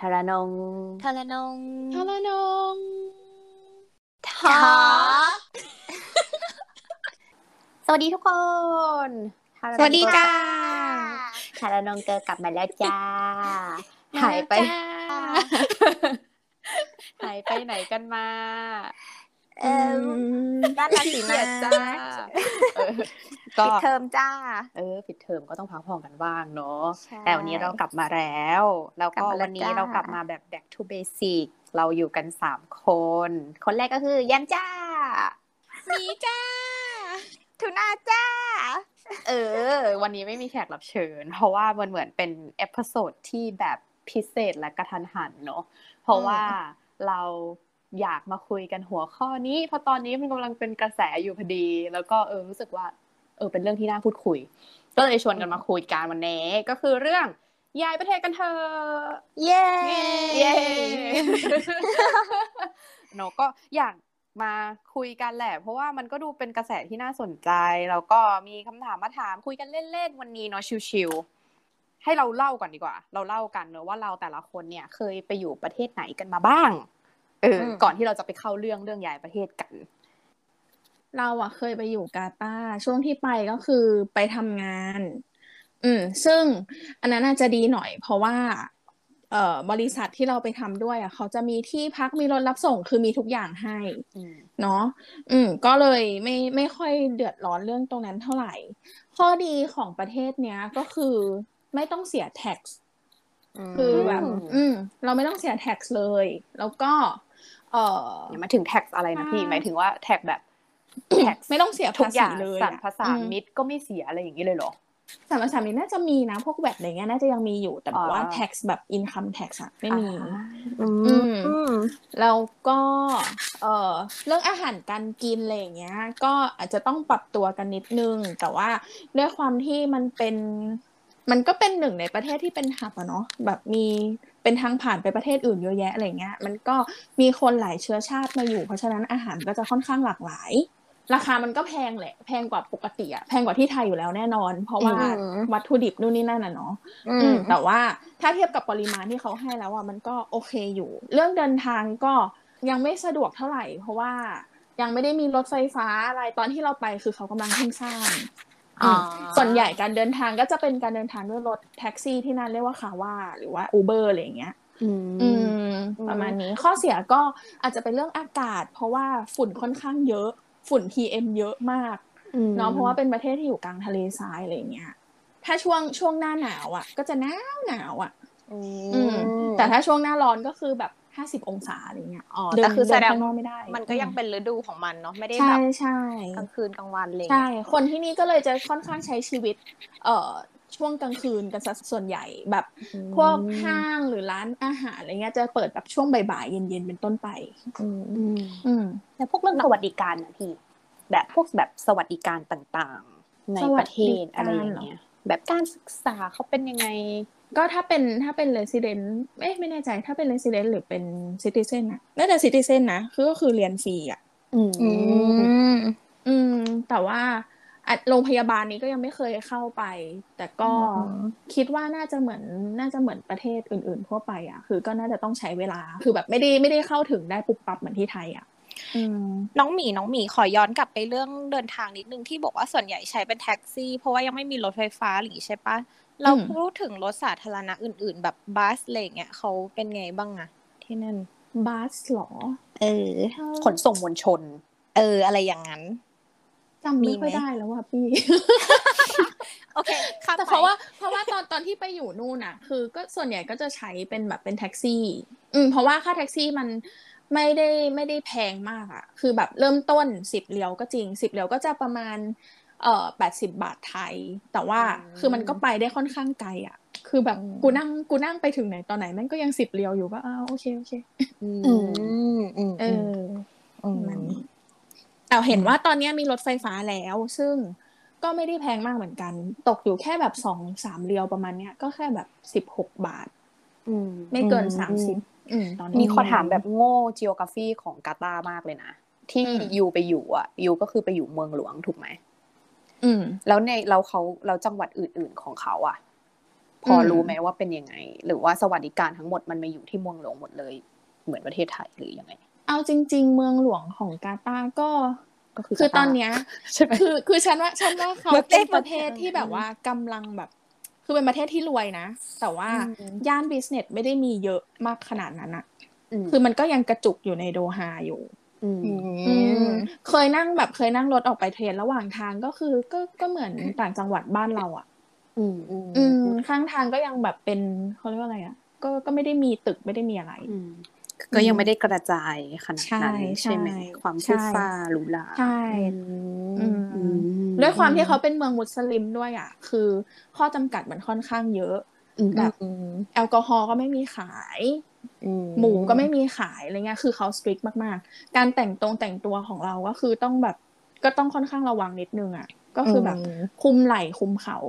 ทรนงทรนงทรนงทอสวัสดีทุกคนสวัสดีจ้าทรนงเจอกลับมาแล้วจ้าหายไปหายไปไหนกันมาด้านละสีนะจ้าปิดเทอมจ้าปิดเทอมก็ต้องพักผ่อนกันบ้างเนาะแต่วันนี้เรากลับมาแล้วก็วันนี้เรากลับมาแบบ back to basic เราอยู่กัน3คนแรกก็คือแยมจ้ามีจ้าทูน่าจ้าวันนี้ไม่มีแขกรับเชิญเพราะว่ามันเหมือนเป็นเอพิโซดที่แบบพิเศษและกระทันหันเนาะเพราะว่าเราอยากมาคุยกันหัวข้อนี้เพราะตอนนี้มันกำลังเป็นกระแสอยู่พอดีแล้วก็รู้สึกว่าเป็นเรื่องที่น่าพูดคุยก็เลยชวนกันมาคุยกันวันนี้ก็คือเรื่องย้ายประเทศกันเถอะเย้เนาะก็อยากมาคุยกันแหละเพราะว่ามันก็ดูเป็นกระแสที่น่าสนใจแล้วก็มีคำถามมาถามคุยกันเล่นๆวันนี้เนาะชิวๆให้เราเล่าก่อนดีกว่าเราเล่ากันเนอะว่าเราแต่ละคนเนี่ยเคยไปอยู่ประเทศไหนกันมาบ้างก่อนที่เราจะไปเข้าเรื่องย้ายประเทศกันเราเคยไปอยู่กาตาร์ช่วงที่ไปก็คือไปทำงานซึ่งอันนั้นอาจจะดีหน่อยเพราะว่าบริษัทที่เราไปทำด้วยเขาจะมีที่พักมีรถรับส่งคือมีทุกอย่างให้เนาะก็เลยไม่ค่อยเดือดร้อนเรื่องตรงนั้นเท่าไหร่ข้อดีของประเทศเนี้ยก็คือไม่ต้องเสีย tax คือแบบเราไม่ต้องเสีย tax เลยแล้วก็มาถึง tax อะไรนะพี่หมายถึงว่า tax แบบ tax ไม่ต้องเสียภาษีเลยสรรพสามิตก็ไม่เสียอะไรอย่างนี้เลยเหรอสรรพสามิตน่าจะมีนะพวกแบบอะไรเงี้ยน่าจะยังมีอยู่แต่ว่า tax แบบ income tax ไม่มีแล้วก็เรื่องอาหารการกินอะไรอย่างเงี้ยก็อาจจะต้องปรับตัวกันนิดนึงแต่ว่าด้วยความที่มันก็เป็นหนึ่งในประเทศที่เป็นหับอะเนาะแบบมีเป็นทางผ่านไปประเทศอื่นเยอะแยะอะไรเงี้ยมันก็มีคนหลายเชื้อชาติมาอยู่เพราะฉะนั้นอาหารก็จะค่อนข้างหลากหลายราคามันก็แพงแหละแพงกว่าปกติอะแพงกว่าที่ไทยอยู่แล้วแน่นอนเพราะว่าวัตถุดิบนู่นนี่นั่นน่ะเนาะแต่ว่าถ้าเทียบกับปริมาณที่เขาให้แล้วอะมันก็โอเคอยู่เรื่องเดินทางก็ยังไม่สะดวกเท่าไหร่เพราะว่ายังไม่ได้มีรถไฟฟ้าอะไรตอนที่เราไปคือเขากำลังเพิ่งสร้างส่วนใหญ่การเดินทางก็จะเป็นการเดินทางด้วยรถแท็กซี่ที่นั่นเรียกว่าคาว่าหรือว่าอูเบอร์อะไรอย่างเงี้ยประมาณนี้ข้อเสียก็อาจจะเป็นเรื่องอากาศเพราะว่าฝุ่นค่อนข้างเยอะฝุ่น PM เยอะมากเนาะเพราะว่าเป็นประเทศที่อยู่กลางทะเลทรายอะไรอย่างเงี้ยถ้าช่วงหน้าหนาวอ่ะก็จะหนาวอ่ะแต่ถ้าช่วงหน้าร้อนก็คือแบบ50 องศาอะไรเงี้ยแต่คือแสดงไม่ได้มันก็ยังเป็นฤดูของมันเนาะไม่ได้แบบใช่กลางคืนกลางวันเลยใช่คนที่นี่ก็เลยจะค่อนข้างใช้ชีวิตช่วงกลางคืนกันส่วนใหญ่แบบพวกห้างหรือร้านอาหารอะไรเงี้ยจะเปิดแบบช่วงบ่ายๆเย็นๆเป็นต้นไปแต่พวกเรื่องสวัสดิการนะพี่แบบพวกแบบสวัสดิการต่างๆในประเทศอะไรอย่างเงี้ยแบบการศึกษาเขาเป็นยังไงก็ถ้าเป็น resident ไม่แน่ใจถ้าเป็น resident หรือเป็น citizen นะน่าจะ citizen นะก็คือเรียนฟรีอ่ะแต่ว่าโรงพยาบาลนี้ก็ยังไม่เคยเข้าไปแต่ก็คิดว่าน่าจะเหมือนประเทศอื่นๆทั่วไปอ่ะคือก็น่าจะต้องใช้เวลาคือแบบไม่ได้เข้าถึงได้ปุ๊บปั๊บเหมือนที่ไทยอ่ะน้องหมีขอย้อนกลับไปเรื่องเดินทางนิดนึงที่บอกว่าส่วนใหญ่ใช้เป็นแท็กซี่เพราะว่ายังไม่มีรถไฟฟ้าหรือใช่ปะเราพูดถึงรถสาธารณะอื่นๆแบบบัสอะไรเงี้ยเขาเป็นไงบ้างอะที่นั่นบัสหรอขนส่งมวลชนอะไรอย่างนั้นจำไม่ค่อยได้แล้วว่ะพี่โอเคแต่เพราะว่าตอนที่ไปอยู่นู่นน่ะคือก็ส่วนใหญ่ก็จะใช้เป็นแบบเป็นแท็กซี่เพราะว่าค่าแท็กซี่มันไม่ได้แพงมากอ่ะคือแบบเริ่มต้น10 เหรียญก็จริง10 เหรียญก็จะประมาณ80 บาทไทยแต่ว่าคือมันก็ไปได้ค่อนข้างไกลอ่ะคือแบบกูนั่งไปถึงไหนตอนไหนมันก็ยัง10 เหรียญอยู่ก็โอเคมันแต่เห็นว่าตอนนี้มีรถไฟฟ้าแล้วซึ่งก็ไม่ได้แพงมากเหมือนกันตกอยู่แค่แบบ2-3 เหรียญประมาณเนี้ยก็แค่แบบ16 บาทไม่เกิน30ตอนนี้มีข้อถามแบบโง่ geography ของกาตาร์มากเลยนะที่ยูไปอยู่อ่ะยูก็คือไปอยู่เมืองหลวงถูกไหมแล้วเราจังหวัดอื่นๆของเขาอ่ะพอรู้ไหมว่าเป็นยังไงหรือว่าสวัสดิการทั้งหมดมันมาอยู่ที่เมืองหลวงหมดเลยเหมือนประเทศไทยหรือยังไงเอาจริงๆเมืองหลวงของกาตาร์ก็คือตอนเนี้ยใช่ไหมคือฉันว่าเขาเป็นประเทศที่แบบว่ากำลังแบบคือเป็นประเทศที่รวยนะแต่ว่าย่านบิสเนสไม่ได้มีเยอะมากขนาดนั้นอะคือมันก็ยังกระจุกอยู่ในโดฮาอยู่เคยนั่งรถออกไปเทรนระหว่างทางก็คือก็เหมือนต่างจังหวัดบ้านเราอ่ะข้างทางก็ยังแบบเป็นเขาเรียกว่าอะไรอ่ะก็ไม่ได้มีตึกไม่ได้มีอะไรก็ยังไม่ได้กระจายขนาดนั้นใช่ไหมความฟูฟ่าหรูหราใช่ด้วยความที่เขาเป็นเมืองมุสลิมด้วยอ่ะคือข้อจำกัดมันค่อนข้างเยอะแบบแอลกอฮอล์ก็ไม่มีขายหมูก็ไม่มีขายอะไรเงี้ยคือเขาสตริกมากๆการแต่งตัวของเราก็คือต้องแบบก็ต้องค่อนข้างระวังนิดนึงอ่ะก็คือแบบคุมไหล่คุมเข่า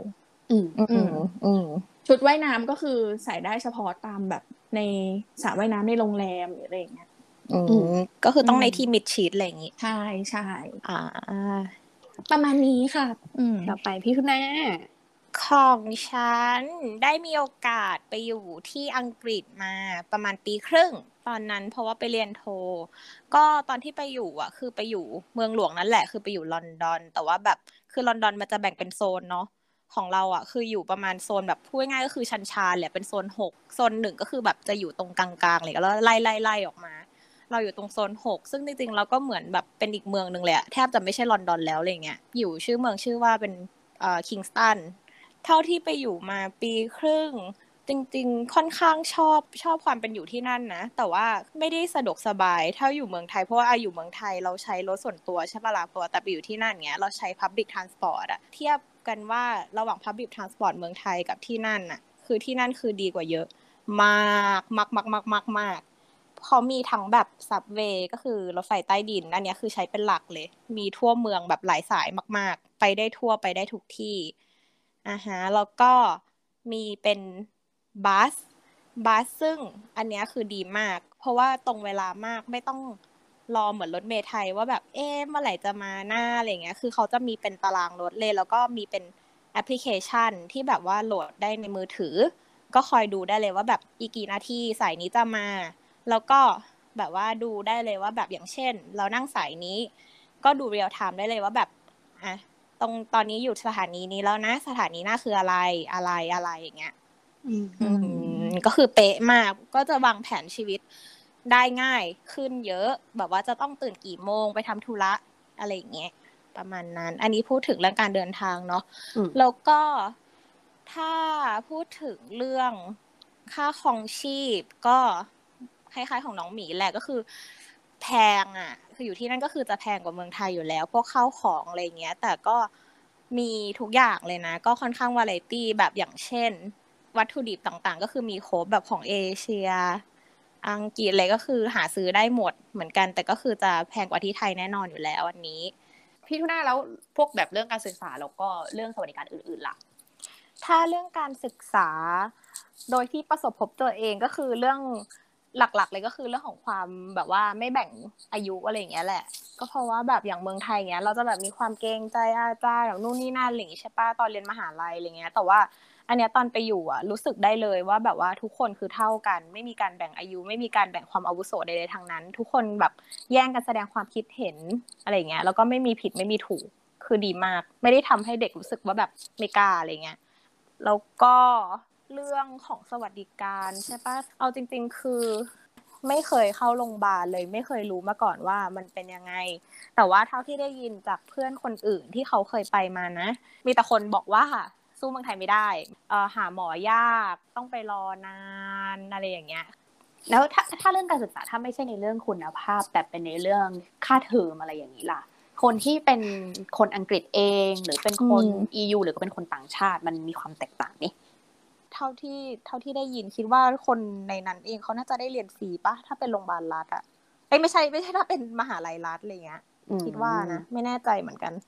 ชุดว่ายน้ำก็คือใส่ได้เฉพาะตามแบบในสระว่ายน้ำในโรงแรมหรืออะไรอย่างเงี้ยก็คือต้องในที่มิดชิดอะไรอย่างงี้ใช่ใช่ประมาณนี้ค่ะต่อไปพี่คุณแม่ของฉันได้มีโอกาสไปอยู่ที่อังกฤษมาประมาณปีครึ่งตอนนั้นเพราะว่าไปเรียนโทก็ตอนที่ไปอยู่อ่ะคือไปอยู่เมืองหลวงนั่นแหละคือไปอยู่ลอนดอนแต่ว่าแบบคือลอนดอนมันจะแบ่งเป็นโซนเนาะของเราอ่ะคืออยู่ประมาณโซนแบบพูดง่ายๆก็คือชันชานแหละเป็นโซน6โซน1ก็คือแบบจะอยู่ตรงกลางๆเลยแล้วไล่ออกมาเราอยู่ตรงโซน6ซึ่งจริงๆเราก็เหมือนแบบเป็นอีกเมืองนึงเลยอะแทบจะไม่ใช่ลอนดอนแล้วอะไรเงี้ยอยู่ชื่อเมืองชื่อว่าเป็นคิงสตันเท่าที่ไปอยู่มาปีครึ่งจริงๆค่อนข้างชอบความเป็นอยู่ที่นั่นนะแต่ว่าไม่ได้สะดวกสบายเท่าอยู่เมืองไทยเพราะว่าอยู่เมืองไทยเราใช้รถส่วนตัวใช่ปะล่ะแต่ไปอยู่ที่นั่นเงี้ยเราใช้ Public Transport อะเทียบกันว่าระหว่าง Public Transport เมืองไทยกับที่นั่นน่ะคือที่นั่นคือดีกว่าเยอะมากเขามีทั้งแบบซับเวย์ก็คือรถไฟใต้ดินอันนี้คือใช้เป็นหลักเลยมีทั่วเมืองแบบหลายสายมากๆไปได้ทั่วไปได้ทุกที่แล้วก็มีเป็นบัสซึ่งอันนี้คือดีมากเพราะว่าตรงเวลามากไม่ต้องรอเหมือนรถเมล์ไทยว่าแบบเมื่อไหร่จะมาหน้าอะไรเงี้ยคือเขาจะมีเป็นตารางรถเลยแล้วก็มีเป็นแอปพลิเคชันที่แบบว่าโหลดได้ในมือถือก็คอยดูได้เลยว่าแบบอีกกี่นาทีสายนี้จะมาแล้วก็แบบว่าดูได้เลยว่าแบบอย่างเช่นเรานั่งสายนี้ก็ดูเรียลไทม์ได้เลยว่าแบบตอนนี้อยู่สถานีนี้แล้วนะสถานีหน้าคืออะไรอย่างเงี้ยก็คือเป๊ะมากก็จะวางแผนชีวิตได้ง่ายขึ้นเยอะแบบว่าจะต้องตื่นกี่โมงไปทำธุระอะไรอย่างเงี้ยประมาณนั้นอันนี้พูดถึงเรื่องการเดินทางเนาะแล้วก็ถ้าพูดถึงเรื่องค่าครองชีพก็คล้ายๆของน้องหมีแหละก็คือแพงอ่ะคืออยู่ที่นั่นก็คือจะแพงกว่าเมืองไทยอยู่แล้วพวกข้าวของอะไรเงี้ยแต่ก็มีทุกอย่างเลยนะก็ค่อนข้างวาไรตี้แบบอย่างเช่นวัตถุดิบต่างๆก็คือมีครบแบบของเอเชียอังกฤษอะไรก็คือหาซื้อได้หมดเหมือนกันแต่ก็คือจะแพงกว่าที่ไทยแน่นอนอยู่แล้วอันนี้พี่ทุน่าแล้วพวกแบบเรื่องการศึกษาแล้วก็เรื่องสวัสดิการอื่นๆล่ะถ้าเรื่องการศึกษาโดยที่ประสบพบตัวเองก็คือเรื่องหลักๆเลยก็คือเรื่องของความแบบว่าไม่แบ่งอายุอะไรอย่างเงี้ยแหละก็เพราะว่าแบบอย่างเมืองไทยเงี้ยเราจะแบบมีความเกรงใจอาจารย์แบบนู่นนี่นั่นอะไรอย่างงี้ใช่ป่ะตอนเรียนมหาลัยอะไรเงี้ยแต่ว่าอันเนี้ยตอนไปอยู่อ่ะรู้สึกได้เลยว่าแบบว่าทุกคนคือเท่ากันไม่มีการแบ่งอายุไม่มีการแบ่งความอาวุโสใดๆทั้งนั้นทุกคนแบบแย่งกันแสดงความคิดเห็นอะไรอย่างเงี้ยแล้วก็ไม่มีผิดไม่มีถูกคือดีมากไม่ได้ทำให้เด็กรู้สึกว่าแบบไม่กล้าอะไรเงี้ยแล้วก็เรื่องของสวัสดิการใช่ปะเอาจริงๆคือไม่เคยเข้าโรงพยาบาลเลยไม่เคยรู้มาก่อนว่ามันเป็นยังไงแต่ว่าเท่าที่ได้ยินจากเพื่อนคนอื่นที่เขาเคยไปมานะมีแต่คนบอกว่าสู้เมืองไทยไม่ได้หาหมอยากต้องไปรอนานอะไรอย่างเงี้ยแล้วถ้าเรื่องการศึกษาถ้าไม่ใช่ในเรื่องคุณภาพแต่เป็นในเรื่องค่าเทอมอะไรอย่างนี้ล่ะคนที่เป็นคนอังกฤษเองหรือเป็นคน EU หรือก็เป็นคนต่างชาติมันมีความแตกต่างนี่เท่าที่ได้ยินคิดว่าคนในนั้นเองเขาน่าจะได้เรียนฟรีป่ะถ้าเป็นโรงพยาบาลรัฐอะไม่ใช่ถ้าเป็นมหาลัยรัฐอะไรเงี้ยคิดว่านะไม่แน่ใจเหมือนกัน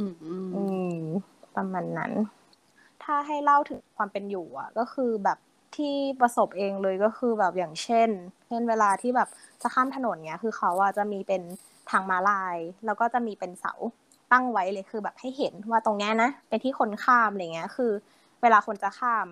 ประมาณนั้นถ้าให้เล่าถึงความเป็นอยู่อ่ะก็คือแบบที่ประสบเองเลยก็คือแบบอย่างเช่นเวลาที่แบบจะข้ามถนนเนี้ยคือเขาจะมีเป็นทางม้าลายแล้วก็จะมีเป็นเสาตั้งไว้เลยคือแบบให้เห็นว่าตรงเนี้ยนะเป็นที่คนข้ามอะไรเงี้ยคือเวลาคนจะข้ามอ่ะ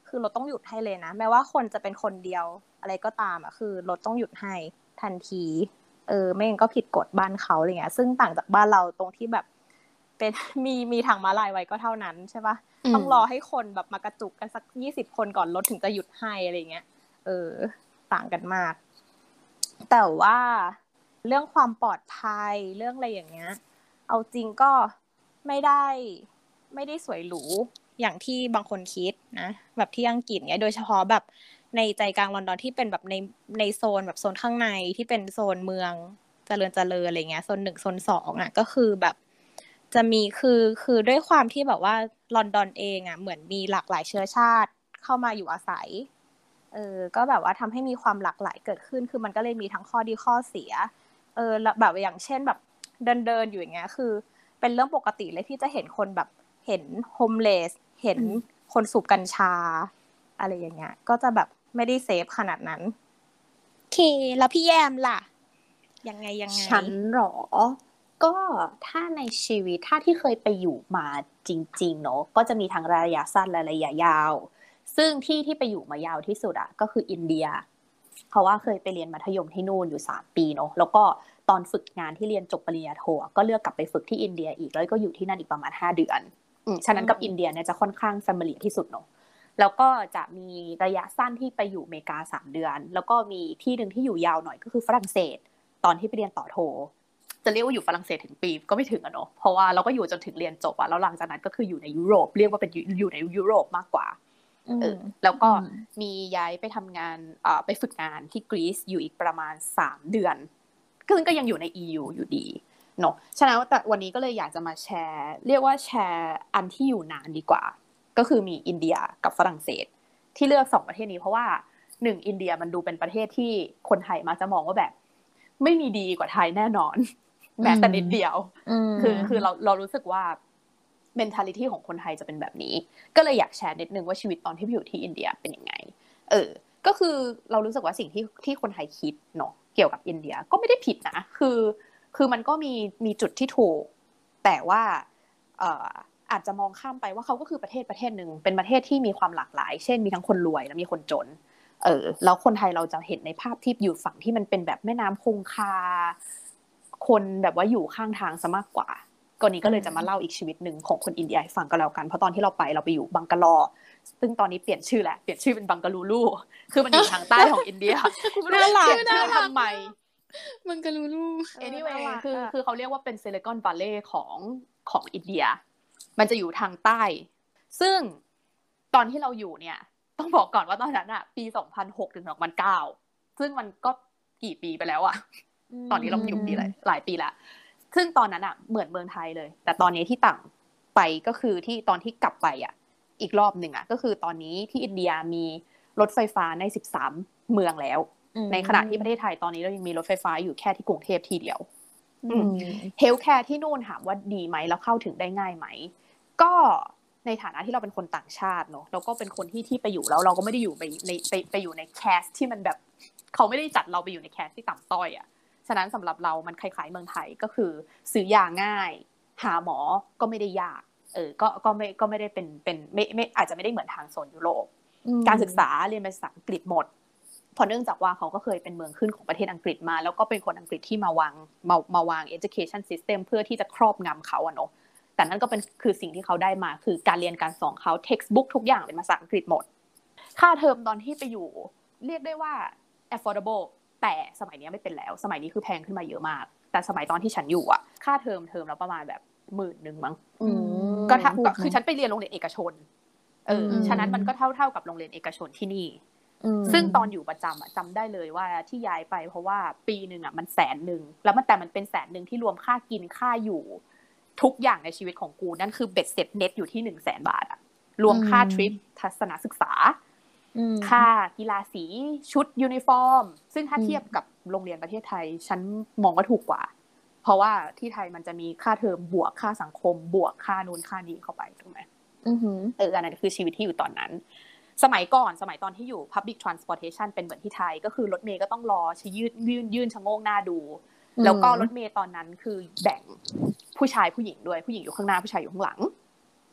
คือรถต้องหยุดให้เลยนะแม้ว่าคนจะเป็นคนเดียวอะไรก็ตามอ่ะคือรถต้องหยุดให้ทันทีไม่งั้นก็ผิดกฎบ้านเขาอะไรเงี้ยซึ่งต่างจากบ้านเราตรงที่แบบเป็นมีทางม้าลายไว้ก็เท่านั้นใช่ปะต้องรอให้คนแบบมากระจุกกันสัก20คนก่อนรถถึงจะหยุดให้อะไรเงี้ยต่างกันมากแต่ว่าเรื่องความปลอดภัยเรื่องอะไรอย่างเงี้ยเอาจริงก็ไม่ได้สวยหรูอย่างที่บางคนคิดนะแบบที่อังกฤษเงี้ยโดยเฉพาะแบบในใจกลางลอนดอนที่เป็นแบบในโซนแบบโซนข้างในที่เป็นโซนเมืองเจริญอะไรเงี้ยโซน1โซน2อ่ะก็คือแบบจะมีคือด้วยความที่แบบว่าลอนดอนเองอ่ะเหมือนมีหลากหลายเชื้อชาติเข้ามาอยู่อาศัยก็แบบว่าทำให้มีความหลากหลายเกิดขึ้นคือมันก็เลยมีทั้งข้อดีข้อเสียแล้วแบบอย่างเช่นแบบเดินอยู่อย่างเงี้ยคือเป็นเรื่องปกติเลยที่จะเห็นคนแบบเห็นโฮมเลสเห็นคนสูบกัญชาอะไรอย่างเงี้ยก็จะแบบไม่ได้เซฟขนาดนั้นโอเคแล้วพี่แยมล่ะยังไงฉันหรอก็ถ้าในชีวิตถ้าที่เคยไปอยู่มาจริงๆเนาะก็จะมีทั้งระยะสั้นและระยะยาวซึ่งที่ไปอยู่มายาวที่สุดอะก็คืออินเดียเพราะว่าเคยไปเรียนมัธยมที่นู่นอยู่3ปีเนาะแล้วก็ตอนฝึกงานที่เรียนจบปริญญาโทก็เลือกกลับไปฝึกที่อินเดียอีกแล้วก็อยู่ที่นั่นอีกประมาณ5 เดือนฉะนั้นกับอินเดียเนี่ยจะค่อนข้างแฟมิเลียที่สุดเนาะแล้วก็จะมีระยะสั้นที่ไปอยู่อเมริกา3 เดือนแล้วก็มีที่นึงที่อยู่ยาวหน่อยก็คือฝรั่งเศสตอนที่ไปเรียนต่อโทจะเรียกว่าอยู่ฝรั่งเศสถึงปีก็ไม่ถึงอะเนาะเพราะว่าเราก็อยู่จนถึงเรียนจบอะแล้วหลังจากนั้นก็คืออยู่ในยุโรปเรียกว่าเป็นอยู่ในยุโรปมากกว่าแล้วก็มีย้ายไปทำงานไปฝึกงานที่กรีซอยู่อีกประมาณ3 เดือนซึ่งก็ยังอยู่ใน EU อยู่ดีเนาะฉะนั้นแต่วันนี้ก็เลยอยากจะมาแชร์เรียกว่าแชร์อันที่อยู่นานดีกว่าก็คือมีอินเดียกับฝรั่งเศสที่เลือก2ประเทศนี้เพราะว่า1อินเดียมันดูเป็นประเทศที่คนไทยมักจะมองว่าแบบไม่มีดีกว่าไทยแน่นอนแม้แต่นิดเดียวคือเรารู้สึกว่า mentality ของคนไทยจะเป็นแบบนี้ก็เลยอยากแชร์นิดนึงว่าชีวิตตอนที่ไปอยู่ที่อินเดียเป็นยังไงก็คือเรารู้สึกว่าสิ่งที่คนไทยคิดเนาะเกี่ยวกับอินเดียก็ไม่ได้ผิดนะคือมันก็มีจุดที่ถูกแต่ว่าอาจจะมองข้ามไปว่าเขาก็คือประเทศนึงเป็นประเทศที่มีความหลากหลายเช่นมีทั้งคนรวยและมีคนจนแล้วคนไทยเราจะเห็นในภาพที่อยู่ฝั่งที่มันเป็นแบบแม่น้ำคงคาคนแบบว่าอยู่ข้างทางซะมากกว่าก่อนนี้ก็เลยจะมาเล่าอีกชีวิตหนึ่งของคนอินเดียให้ฟังก็แล้วกันเพราะตอนที่เราไปอยู่บังกาลอซึ่งตอนนี้เปลี่ยนชื่อเป็นบังกาลูลูคือมันอยู่ทางใต้ของอินเดียน่ารักเปลี่ยนชื่อทำไมบังกาลูลู anyway คือเขาเรียกว่าเป็นซิลิคอนวัลเลย์ของอินเดียมันจะอยู่ทางใต้ซึ่งตอนที่เราอยู่เนี่ยต้องบอกก่อนว่าตอนนั้นอะปี2006ถึง2009ซึ่งมันก็กี่ปีไปแล้วอะตอนนี้เราอยู่ปีหลายปีละซึ่งตอนนั้นอะเหมือนเมืองไทยเลยแต่ตอนนี้ที่ต่างไปก็คือที่ตอนที่กลับไปอะอีกรอบหนึ่งอะก็คือตอนนี้ที่อินเดียมีรถไฟฟ้าใน13เมืองแล้วในขณะที่ประเทศไทยตอนนี้เรายังมีรถไฟฟ้าอยู่แค่ที่กรุงเทพทีเดียวเฮลท์แคร์ที่นู่นถามว่าดีไหมแล้วเข้าถึงได้ง่ายไหมก็ในฐานะที่เราเป็นคนต่างชาติเนอะเราก็เป็นคนที่ไปอยู่แล้วเราก็ไม่ได้อยู่ไปอยู่ในแคสที่มันแบบเขาไม่ได้จัดเราไปอยู่ในแคสที่ต่ำต้อยอ่ะฉะนั้นสำหรับเรามันคล้ายๆเมืองไทยก็คือซื้อยาง่ายหาหมอก็ไม่ได้ยากก็ไม่ได้เป็นไม่อาจจะไม่ได้เหมือนทางโซนยุโรปการศึกษาเรียนเป็นภาษาอังกฤษหมดเพราะเนื่องจากว่าเขาก็เคยเป็นเมืองขึ้นของประเทศอังกฤษมาแล้วก็เป็นคนอังกฤษที่มาวาง education system เพื่อที่จะครอบงำเขาอะเนาะแต่นั่นก็เป็นคือสิ่งที่เขาได้มาคือการเรียนการสอนเขา textbook ทุกอย่างเป็นภาษาอังกฤษหมดค่าเทอมตอนที่ไปอยู่เรียกได้ว่า affordable แต่สมัยนี้ไม่เป็นแล้วสมัยนี้คือแพงขึ้นมาเยอะมากแต่สมัยตอนที่ฉันอยู่อะค่าเทอมแล้วประมาณแบบ10,000มั้งก็คือฉันไปเรียนโรงเรียนเอกชนฉะนั้นมันก็เท่ากับโรงเรียนเอกชนที่นี่ซึ่งตอนอยู่ประจำอะจำได้เลยว่าที่ย้ายไปเพราะว่าปีนึงอะมัน100,000แล้วแต่มันเป็น100,000ที่รวมค่ากินค่าอยู่ทุกอย่างในชีวิตของกูนั่นคือเบ็ดเสร็จเน็ตอยู่ที่100,000 บาทอะรวมค่าทริปทัศนศึกษาค่ากีฬาสีชุดยูนิฟอร์มซึ่งถ้าเทียบกับโรงเรียนประเทศไทยฉันมองว่าถูกกว่าเพราะว่าที่ไทยมันจะมีค่าเทอมบวกค่าสังคมบวกค่านู้นค่านี้เข้าไปถูกไหมอันนั้นคือชีวิตที่อยู่ตอนนั้นสมัยตอนที่อยู่ public transportation เป็นเหมือนที่ไทยก็คือรถเมล์ก็ต้องรอยื่นชะโงกหน้าดูแล้วก็รถเมล์ตอนนั้นคือแบ่งผู้ชายผู้หญิงด้วยผู้หญิงอยู่ข้างหน้าผู้ชายอยู่ข้างหลัง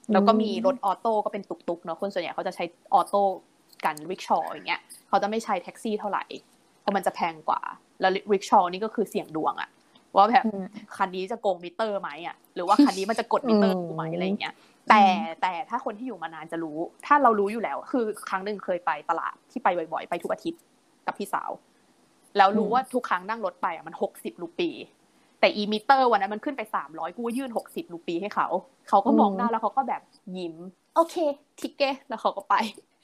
แล้วก็มีรถออโต้ก็เป็นตุกๆเนาะคนส่วนใหญ่เขาจะใช้ออโต้กันริกชอว์อย่างเงี้ยเขาจะไม่ใช้แท็กซี่เท่าไหร่เพราะมันจะแพงกว่าแล้วริกชอว์นี่ก็คือเสี่ยงดวงอะว่าแบบคันนี้จะโกงมิเตอร์ไหมอะหรือว่าคันนี้มันจะกดมิเตอร์กูไหมอะไรอย่างเงี้ยแต่ถ้าคนที่อยู่มานานจะรู้ถ้าเรารู้อยู่แล้วคือครั้งนึงเคยไปตลาดที่ไปบ่อยๆไปทุกอาทิตย์กับพี่สาวแล้วรู้ว่าทุกครั้งนั่งรถไปอ่ะมัน60รูปีแต่อีมิเตอร์วันนั้นมันขึ้นไป300กูยื่น60รูปีให้เขาก็มองหน้าแล้วเขาก็แบบยิ้มโอเคทิกเก้แล้วเขาก็ไป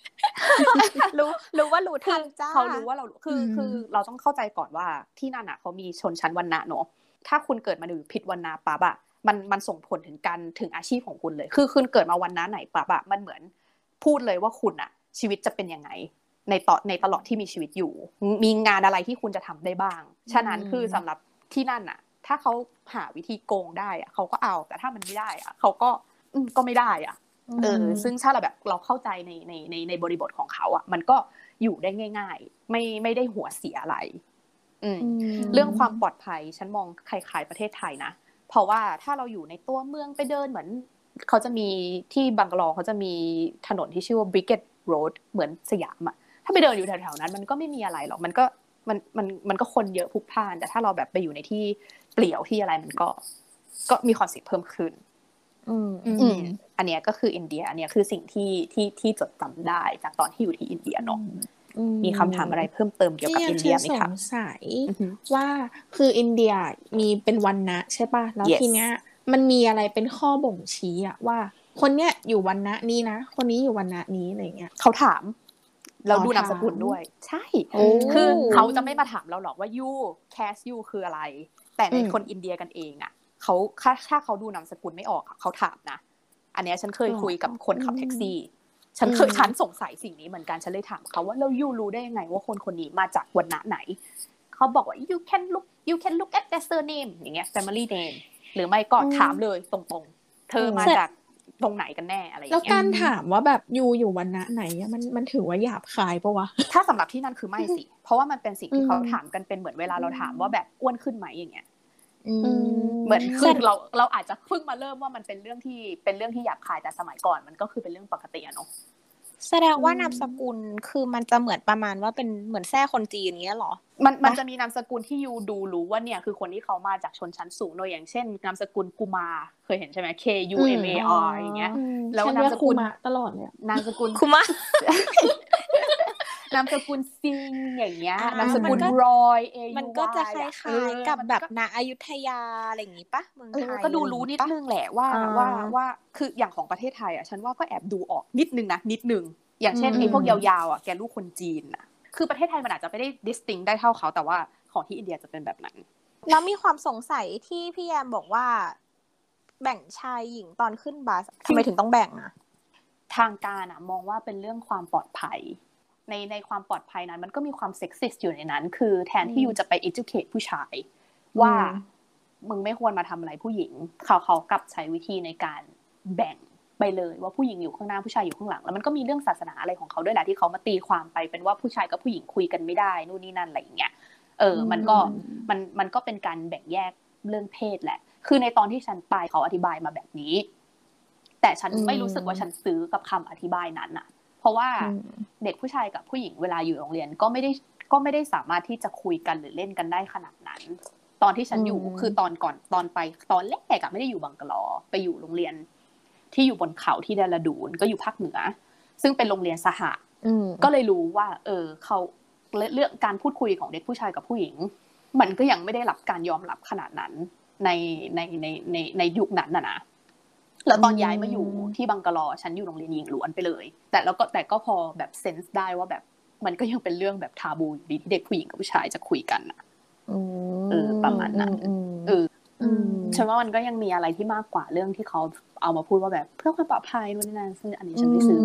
รู้ว่ารู้ทันจ้าเขารู้ว่าเราคือเราต้องเข้าใจก่อนว่าที่นั่นอ่ะเขามีชนชั้นวรรณะเนาะถ้าคุณเกิดมาผิดวรรณะปั๊บอ่ะมันส่งผลถึงอาชีพของคุณเลยคือคุณเกิดมาวรรณะไหนปั๊บอ่ะมันเหมือนพูดเลยว่าคุณอ่ะชีวิตจะเป็นยังไงในตลอดที่มีชีวิตอยู่มีงานอะไรที่คุณจะทำได้บ้างฉะนั้นคือสำหรับที่นั่นอ่ะถ้าเขาหาวิธีโกงได้อ่ะเขาก็เอาแต่ถ้ามันไม่ได้อ่ะเขาก็ไม่ได้อ่ะซึ่งถ้าเราแบบเราเข้าใจในบริบทของเขาอ่ะมันก็อยู่ได้ง่ายๆไม่ได้หัวเสียอะไรเรื่องความปลอดภัยฉันมองคล้ายๆประเทศไทยนะเพราะว่าถ้าเราอยู่ในตัวเมืองไปเดินเหมือนเขาจะมีที่บังกะลอเขาจะมีถนนที่ชื่อว่า Bricket Road เหมือนสยามอ่ะถ้าไปเดินอยู่แถวๆนั้นมันก็ไม่มีอะไรหรอกมันก็คนเยอะพลุกพล่านแต่ถ้าเราแบบไปอยู่ในที่เปลี่ยวที่อะไรมันก็มีความเสี่ยงเพิ่มขึ้นอันเนี้ยก็คืออินเดียอันเนี้ยคือสิ่งที่จดจำได้จากตอนที่อยู่ที่อินเดียเนาะมีคำถามอะไรเพิ่มเติมเกี่ยวกับอินเดียไหมคะสงสัยว่าคืออินเดียมีเป็นวรรณะใช่ป่ะแล้วทีเนี้ยมันมีอะไรเป็นข้อบ่งชี้อะว่าคนเนี้ยอยู่วรรณะนี้นะคนนี้อยู่วรรณะนี้อะไรเงี้ยเขาถามเราดูนามสกุลด้วยใช่คือเขาจะไม่มาถามเราหรอกว่ายูแคสยูคืออะไรแต่ในคนอินเดียกันเองอะเขาถ้าเขาดูนามสกุลไม่ออกเขาถามนะอันเนี้ยฉันเคยคุยกับคนขับแท็กซี่ฉันสงสัยสิ่งนี้เหมือนกันฉันเลยถามเขาว่าแล้วยูรู้ได้ยังไงว่าคนนี้มาจากวรรณะไหนเขาบอกว่า you can look at their surname อย่างเงี้ย family name หรือไม่ก็ถามเลยตรงๆเธอมาจากตรงไหนกันแน่อะไรอย่างเงี้ยแล้วการถามว่าแบบยูอยู่วรรณะไหนมันถือว่าหยาบคายปะวะถ้าสำหรับที่นั่นคือไม่สิเพราะว่ามันเป็นสิ่งที่เขาถามกันเป็นเหมือนเวลาเราถามว่าแบบอ้วนขึ้นไหมอย่างเงี้ยเหมือนคือเราอาจจะเพิ่งมาเริ่มว่ามันเป็นเรื่องที่หยาบคายแต่สมัยก่อนมันก็คือเป็นเรื่องปกติอะเนาะแสดงว่านามสกุลคือมันจะเหมือนประมาณว่าเป็นเหมือนแท้คนจีนอย่างเงี้ยหรอมันจะมีนามสกุลที่ยูดูรู้ว่าเนี่ยคือคนที่เขามาจากชนชั้นสูงโดยอย่างเช่นนามสกุลกุมาเคยเห็นใช่ไหม KUMAR อย่างเงี้ยแล้วนามสกุลตลอดเลยนามสกุลคุมะนามสกุลซิงอย่างเงี้ยนามสกุลรอยมันก็จะคล้ายๆกับแบบณอยุธยาอะไรอย่างงี้ปะเมืองไทยก็ดูรู้นิดนึงแหละว่าคืออย่างของประเทศไทยอ่ะฉันว่าก็แอบดูออกนิดนึงอย่างเช่นไอ้พวกยาวๆอ่ะแกลูกคนจีนอ่ะคือประเทศไทยมันอาจจะไม่ได้ distinct ได้เท่าเขาแต่ว่าของที่อินเดียจะเป็นแบบนั้นแล้วมีความสงสัยที่พี่แยมบอกว่าแบ่งชายหญิงตอนขึ้นบัสทำไมถึงต้องแบ่งอ่ะทางการอ่ะมองว่าเป็นเรื่องความปลอดภัยในความปลอดภัยนั้นมันก็มีความเซ็กซิสต์อยู่ในนั้นคือแทนที่ยูจะไป educate ผู้ชายว่ามึงไม่ควรมาทำอะไรผู้หญิงเขากลับใช้วิธีในการแบ่งไปเลยว่าผู้หญิงอยู่ข้างหน้าผู้ชายอยู่ข้างหลังแล้วมันก็มีเรื่องศาสนาอะไรของเขาด้วยแหละที่เขามาตีความไปเป็นว่าผู้ชายกับผู้หญิงคุยกันไม่ได้นู่นนี่นั่นอะไรอย่างเงี้ยมันก็เป็นการแบ่งแยกเรื่องเพศแหละคือในตอนที่ฉันไปเขาอธิบายมาแบบนี้แต่ฉันไม่รู้สึกว่าฉันซื้อกับคำอธิบายนั้นน่ะเพราะว่าเด็กผู้ชายกับผู้หญิงเวลาอยู่โรงเรียนก็ไม่ได้สามารถที่จะคุยกันหรือเล่นกันได้ขนาดนั้นตอนที่ฉันอยู่คือตอนไปตอนแรกอะไม่ได้อยู่บังกะลอไปอยู่โรงเรียนที่อยู่บนเขาที่เดลาดูนก็อยู่ภาคเหนือซึ่งเป็นโรงเรียนสหะก็เลยรู้ว่าเขาเรื่องการพูดคุยของเด็กผู้ชายกับผู้หญิงมันก็ยังไม่ได้รับการยอมรับขนาดนั้นในยุคนั้นนะแล้วตอนย้ายมาอยู่ที่บังกะลอฉันอยู่โรงเรียนหญิงล้วนไปเลยแต่ก็พอแบบเซนส์ได้ว่าแบบมันก็ยังเป็นเรื่องแบบทาบูอยู่ดีที่เด็กผู้หญิงกับผู้ชายจะคุยกันอ่ะประมาณนั้นฉันว่ามันก็ยังมีอะไรที่มากกว่าเรื่องที่เขาเอามาพูดว่าแบบเพื่อความปลอดภัยนู่นนี่นั่นซึ่งอันนี้ฉันไม่ซื้อ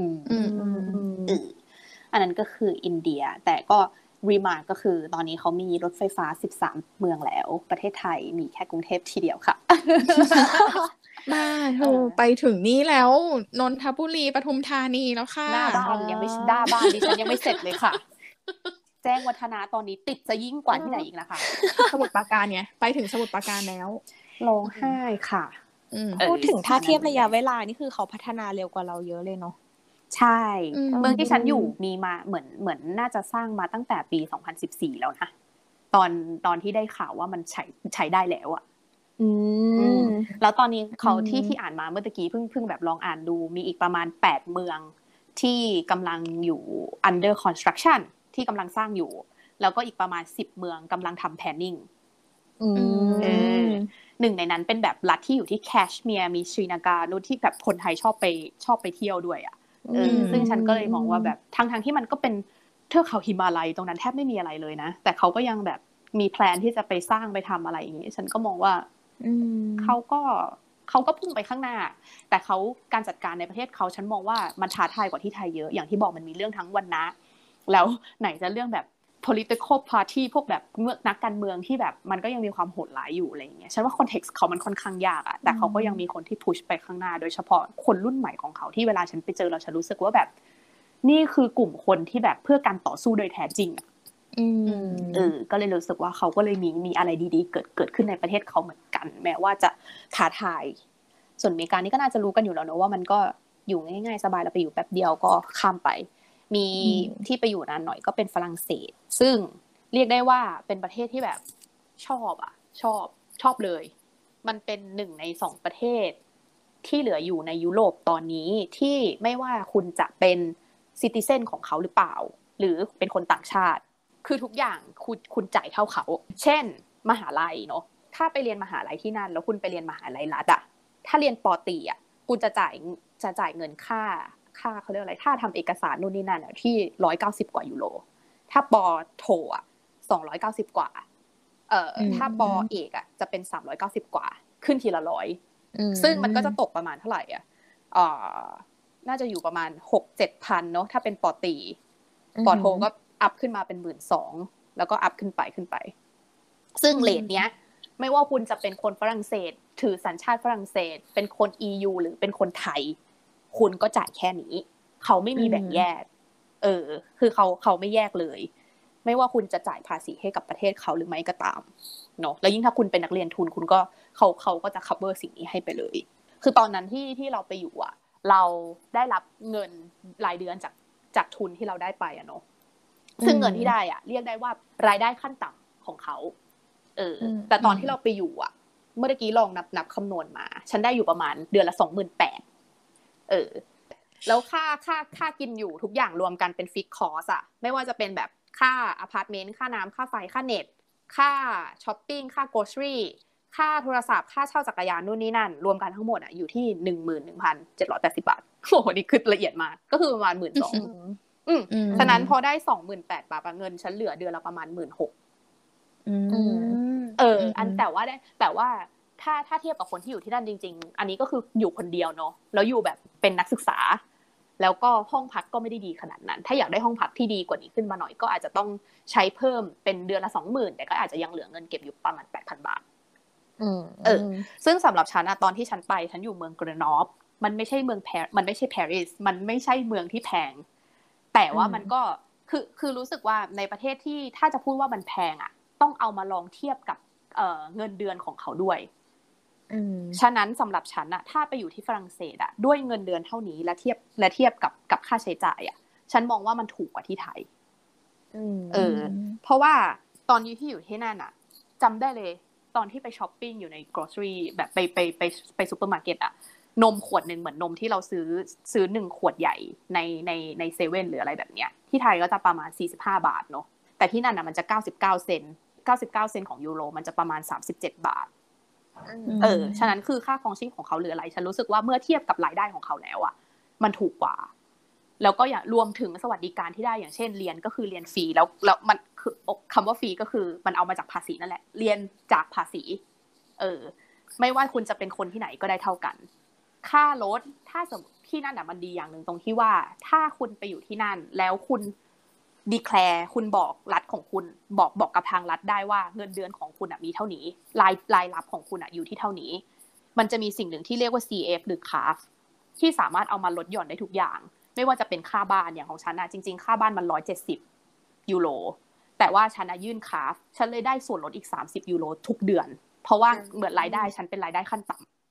อันนั้นก็คืออินเดียแต่ก็รีมาร์คก็คือตอนนี้เขามีรถไฟฟ้า13เมืองแล้วประเทศไทยมีแค่กรุงเทพทีเดียวค่ะบ้าเธอไปถึงนี่แล้วนนทบุรีปทุมธานีแล้วค่ะหน้าบ้านยังไม่ด้าบ้านดิฉันยังไม่เสร็จเลยค่ะแจ้งวัฒนะตอนนี้ติดจะยิ่งกว่าที่ไหนอีกนะคะสมุทรปราการไงไปถึงสมุทรปราการแล้วร้องไห้ค่ะพูดถึงถ้าเทียบระยะเวลานี่คือเขาพัฒนาเร็วกว่าเราเยอะเลยเนาะใช่เมืองที่ฉันอยู่มีมาเหมือนน่าจะสร้างมาตั้งแต่ปี2014แล้วนะตอนที่ได้ข่าวว่ามันใช้ได้แล้วอ่ะแล้วตอนนี้เขาที่อ่านมาเมื่อตะกี้เพิ่งแบบลองอ่านดูมีอีกประมาณ8เมืองที่กำลังอยู่ under construction ที่กำลังสร้างอยู่แล้วก็อีกประมาณ10เมืองกำลังทำ planning หนึ่งในนั้นเป็นแบบรัฐที่อยู่ที่แคชเมียร์มีศรีลังกาโน้นที่แบบคนไทยชอบไปเที่ยวด้วยอ่ะซึ่งฉันก็เลยมองว่าแบบทั้งที่มันก็เป็นเทือกเขาหิมาลัยตรงนั้นแทบไม่มีอะไรเลยนะแต่เขาก็ยังแบบมีแพลนที่จะไปสร้างไปทำอะไรอย่างนี้ฉันก็มองว่าเขาก็พุ่งไปข้างหน้าแต่การจัดการในประเทศเขาฉันมองว่ามันท้าทายกว่าที่ไทยเยอะอย่างที่บอกมันมีเรื่องทั้งวรรณะแล้วไหนจะเรื่องแบบ political party พวกแบบนักการเมืองที่แบบมันก็ยังมีความโหดร้ายอยู่อะไรอย่างเงี้ยฉันว่า context เขามันค่อนข้างยากอะแต่เขาก็ยังมีคนที่พุชไปข้างหน้าโดยเฉพาะคนรุ่นใหม่ของเขาที่เวลาฉันไปเจอเราฉันรู้สึกว่าแบบนี่คือกลุ่มคนที่แบบเพื่อการต่อสู้โดยแท้จริงก็เลยรู้สึกว่าเขาก็เลยมีอะไรดีๆเกิดขึ้นในประเทศเขาเหมือนกันแม้ว่าจะท้าทายส่วนอเมริกานี่ก็น่าจะรู้กันอยู่แล้วเนอะว่ามันก็อยู่ง่ายๆสบายเราไปอยู่แป๊บเดียวก็ข้ามไปมีที่ไปอยู่นานหน่อยก็เป็นฝรั่งเศสซึ่งเรียกได้ว่าเป็นประเทศที่แบบชอบเลยมันเป็น1ใน2ประเทศที่เหลืออยู่ในยุโรปตอนนี้ที่ไม่ว่าคุณจะเป็นซิติเซนของเขาหรือเปล่าหรือเป็นคนต่างชาติคือทุกอย่างคุณจ่ายเท่าเขาเช่นมหาลัยเนาะถ้าไปเรียนมหาลัยที่นั่นแล้วคุณไปเรียนมหาลัยรัฐอะถ้าเรียนป.ตรีอะคุณจะจ่ายเงินค่าเขาเรียกอะไรค่าทำเอกสารนู่นนี่นั่นที่190 กว่ายูโรถ้าป.โทอ่ะ290 กว่าถ้าป.เอกอ่ะจะเป็น390 กว่าขึ้นทีละ100ซึ่งมันก็จะตกประมาณเท่าไหร่อ่ะน่าจะอยู่ประมาณ 6-7 พันเนาะถ้าเป็นป.ตรีป.โทก็อัพขึ้นมาเป็น 12,000 แล้วก็อัพขึ้นไปซึ่งเรทเนี้ยไม่ว่าคุณจะเป็นคนฝรั่งเศสถือสัญชาติฝรั่งเศสเป็นคน EU หรือเป็นคนไทยคุณก็จ่ายแค่นี้เขาไม่มีแบ่งแยกคือเขาไม่แยกเลยไม่ว่าคุณจะจ่ายภาษีให้กับประเทศเขาหรือไม่ก็ตามเนาะแล้วยิ่งถ้าคุณเป็นนักเรียนทุนคุณก็เขาก็จะ cover สิ่งนี้ให้ไปเลยคือตอนนั้นที่เราไปอยู่อ่ะเราได้รับเงินรายเดือนจากทุนที่เราได้ไปอ่ะเนาะซึ่งเงินที่ได้อ่ะเรียกได้ว่ารายได้ขั้นต่ำของเขาแต่ตอนที่เราไปอยู่อ่ะเมื่อกี้ลองนับคำนวณมาฉันได้อยู่ประมาณเดือนละ 28,000แล้วค่ากินอยู่ทุกอย่างรวมกันเป็นฟิกคอสอะไม่ว่าจะเป็นแบบค่าอพาร์ตเมนต์ค่าน้ำค่าไฟค่าเน็ตค่าช้อปปิ้งค่าโกรสรี่ค่าโทรศัพท์ค่าเช่าจักรยานนู่นนี่นั่นรวมกันทั้งหมดอะอยู่ที่ 11,780 บาทโอ้โหนี่คือละเอียดมากก็คือประมาณ 12,000 ฉะนั้นพอได้ 28,000 บาทเงินฉันเหลือเดือนละประมาณ 16,000แต่ว่าถ้าเทียบกับคนที่อยู่ที่นั่นจริงๆอันนี้ก็คืออยู่คนเดียวเนาะแล้วอยู่แบบเป็นนักศึกษาแล้วก็ห้องพักก็ไม่ได้ดีขนาดนั้นถ้าอยากได้ห้องพักที่ดีกว่านี้ขึ้นมาหน่อยก็อาจจะต้องใช้เพิ่มเป็นเดือนละ 20,000 แต่ก็อาจจะยังเหลือเงินเก็บอยู่ประมาณ 8,000 บาทซึ่งสำหรับฉันตอนที่ฉันไปฉันอยู่เมืองเกรนอฟมันไม่ใช่มันไม่ใช่ปารีสมันไม่ใช่เมืองที่แพงแต่ว่ามันก็คือรู้สึกว่าในประเทศที่ถ้าจะพูดว่ามันแพงอ่ะต้องเอามาลองเทียบกับเงินเดือนของเขาด้วยฉะนั้นสำหรับฉันอะถ้าไปอยู่ที่ฝรั่งเศสอะด้วยเงินเดือนเท่านี้และเทียบกับค่าใช้จ่ายอะฉันมองว่ามันถูกกว่าที่ไทยเพราะว่าตอนนี้ที่อยู่ที่นั่นอะจำได้เลยตอนที่ไปช้อปปิ้งอยู่ใน grocery แบบไปซูเปอร์มาร์เก็ตอะนมขวดนึงเหมือนนมที่เราซื้อ1 ขวดใหญ่ในเซเว่นหรืออะไรแบบเนี้ยที่ไทยก็จะประมาณ45 บาทเนาะแต่ที่นั่นอะมันจะ99 เซนต์ของยูโรมันจะประมาณ37 บาทฉะนั้นคือค่าครองชีพของเขาหรืออะไรฉันรู้สึกว่าเมื่อเทียบกับรายได้ของเขาแล้วอ่ะมันถูกกว่าแล้วก็อย่างรวมถึงสวัสดิการที่ได้อย่างเช่นเรียนก็คือเรียนฟรีแล้วมันคือคำว่าฟรีก็คือมันเอามาจากภาษีนั่นแหละเรียนจากภาษีไม่ว่าคุณจะเป็นคนที่ไหนก็ได้เท่ากันค่ารถถ้าสมมติที่นั่นมันดีอย่างนึงตรงที่ว่าถ้าคุณไปอยู่ที่นั่นแล้วคุณdeclare คุณบอกรัฐของคุณบอกกับทางรัฐได้ว่าเงินเดือนของคุณมีเท่านี้รายรับของคุณอยู่ที่เท่านี้มันจะมีสิ่งหนึ่งที่เรียกว่า CF หรือ CAF ที่สามารถเอามาลดหย่อนได้ทุกอย่างไม่ว่าจะเป็นค่าบ้านอย่างของฉันจริงๆค่าบ้านมัน170 ยูโรแต่ว่าฉันยื่น CAF ฉันเลยได้ส่วนลดอีก30 ยูโรทุกเดือนเพราะว่าเหมือนรายได้ฉันเป็นรายได้ขั้นต่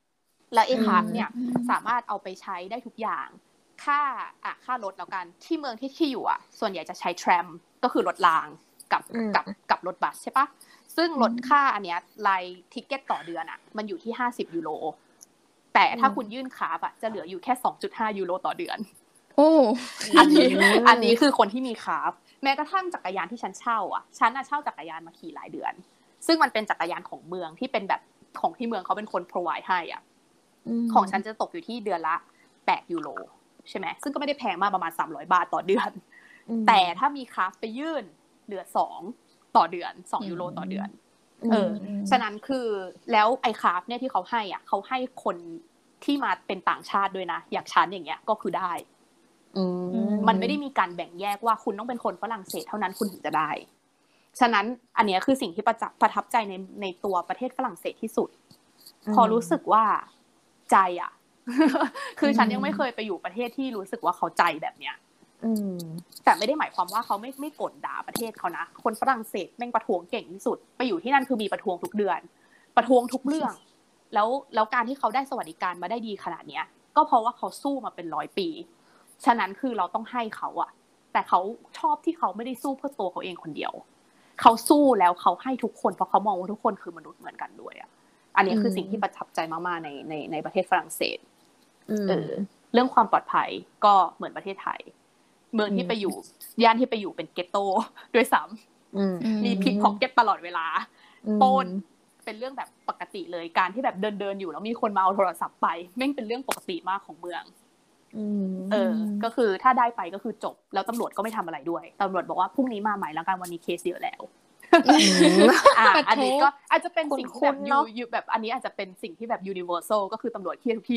แล้วไอ้คราฟเนี่ยสามารถเอาไปใช้ได้ทุกอย่างค่ารถแล้วกันที่เมืองที่อยู่อ่ะส่วนใหญ่จะใช้แทรมก็คือรถรางกับรถบัสใช่ปะซึ่งลดค่าอันเนี้ยรายทิกเก็ตต่อเดือนอ่ะมันอยู่ที่50 ยูโรแต่ถ้าคุณยื่นคราฟอ่ะจะเหลืออยู่แค่ 2.5 ยูโรต่อเดือนโอ้อันนี้คือคนที่มีคราฟแม้กระทั่งจักรยานที่ฉันเช่าอ่ะฉันเช่าจักรยานมาขี่หลายเดือนซึ่งมันเป็นจักรยานของเมืองที่เป็นแบบของที่เมืองเขาเป็นคน provide ให้อ่ะของฉันจะตกอยู่ที่เดือนละ8 ยูโรใช่ไหมซึ่งก็ไม่ได้แพงมากประมาณ300 บาทต่อเดือนแต่ถ้ามีคราฟไปยื่นเหลือ2ต่อเดือน2 ยูโรต่อเดือนฉะนั้นคือแล้วไอ้คราฟเนี่ยที่เขาให้อ่ะเขาให้คนที่มาเป็นต่างชาติด้วยนะอย่างฉันอย่างเงี้ยก็คือได้มันไม่ได้มีการแบ่งแยกว่าคุณต้องเป็นคนฝรั่งเศสเท่านั้นคุณถึงจะได้ฉะนั้นอันนี้คือสิ่งที่ประทับใจในตัวประเทศฝรั่งเศสที่สุดพอรู้สึกว่าใจอ่ะ คือฉันยังไม่เคยไปอยู่ประเทศที่รู้สึกว่าเขาใจแบบเนี้ยแต่ไม่ได้หมายความว่าเขาไม่กดด่าประเทศเขานะคนฝรั่งเศสแม่งประท้วงเก่งที่สุดไปอยู่ที่นั่นคือมีประท้วงทุกเดือนประท้วงทุกเรื่องแล้วการที่เขาได้สวัสดิการมาได้ดีขนาดเนี้ยก็เพราะว่าเขาสู้มาเป็น100 ปีฉะนั้นคือเราต้องให้เขาอะแต่เขาชอบที่เขาไม่ได้สู้เพื่อตัวเขาเองคนเดียวเขาสู้แล้วเขาให้ทุกคนเพราะเขามองว่าทุกคนคือมนุษย์เหมือนกันด้วยอะอันนี้คือสิ่งที่ประทับใจมากๆในประเทศฝรั่งเศสเรื่องความปลอดภัยก็เหมือนประเทศไทยเมืองที่ไปอยู่ย่านที่ไปอยู่เป็นเกตโต้ด้วยซ้ำมีพิกพ็อกเก็ตตลอดเวลาปล้นเป็นเรื่องแบบปกติเลยการที่แบบเดินอยู่แล้วมีคนมาเอาโทรศัพท์ไปแม่งเป็นเรื่องปกติมากของเมืองก็คือถ้าได้ไปก็คือจบแล้วตำรวจก็ไม่ทำอะไรด้วยตำรวจบอกว่าพรุ่งนี้มาใหม่แล้วกันวันนี้เคสเยอะแล้วอันนี้ก็อาจจะเป็นสิ่งที่แบบอยู่แบบอันนี้อาจจะเป็นสิ่งที่แบบ universal ก็คือตำรวจเครียดทุกที่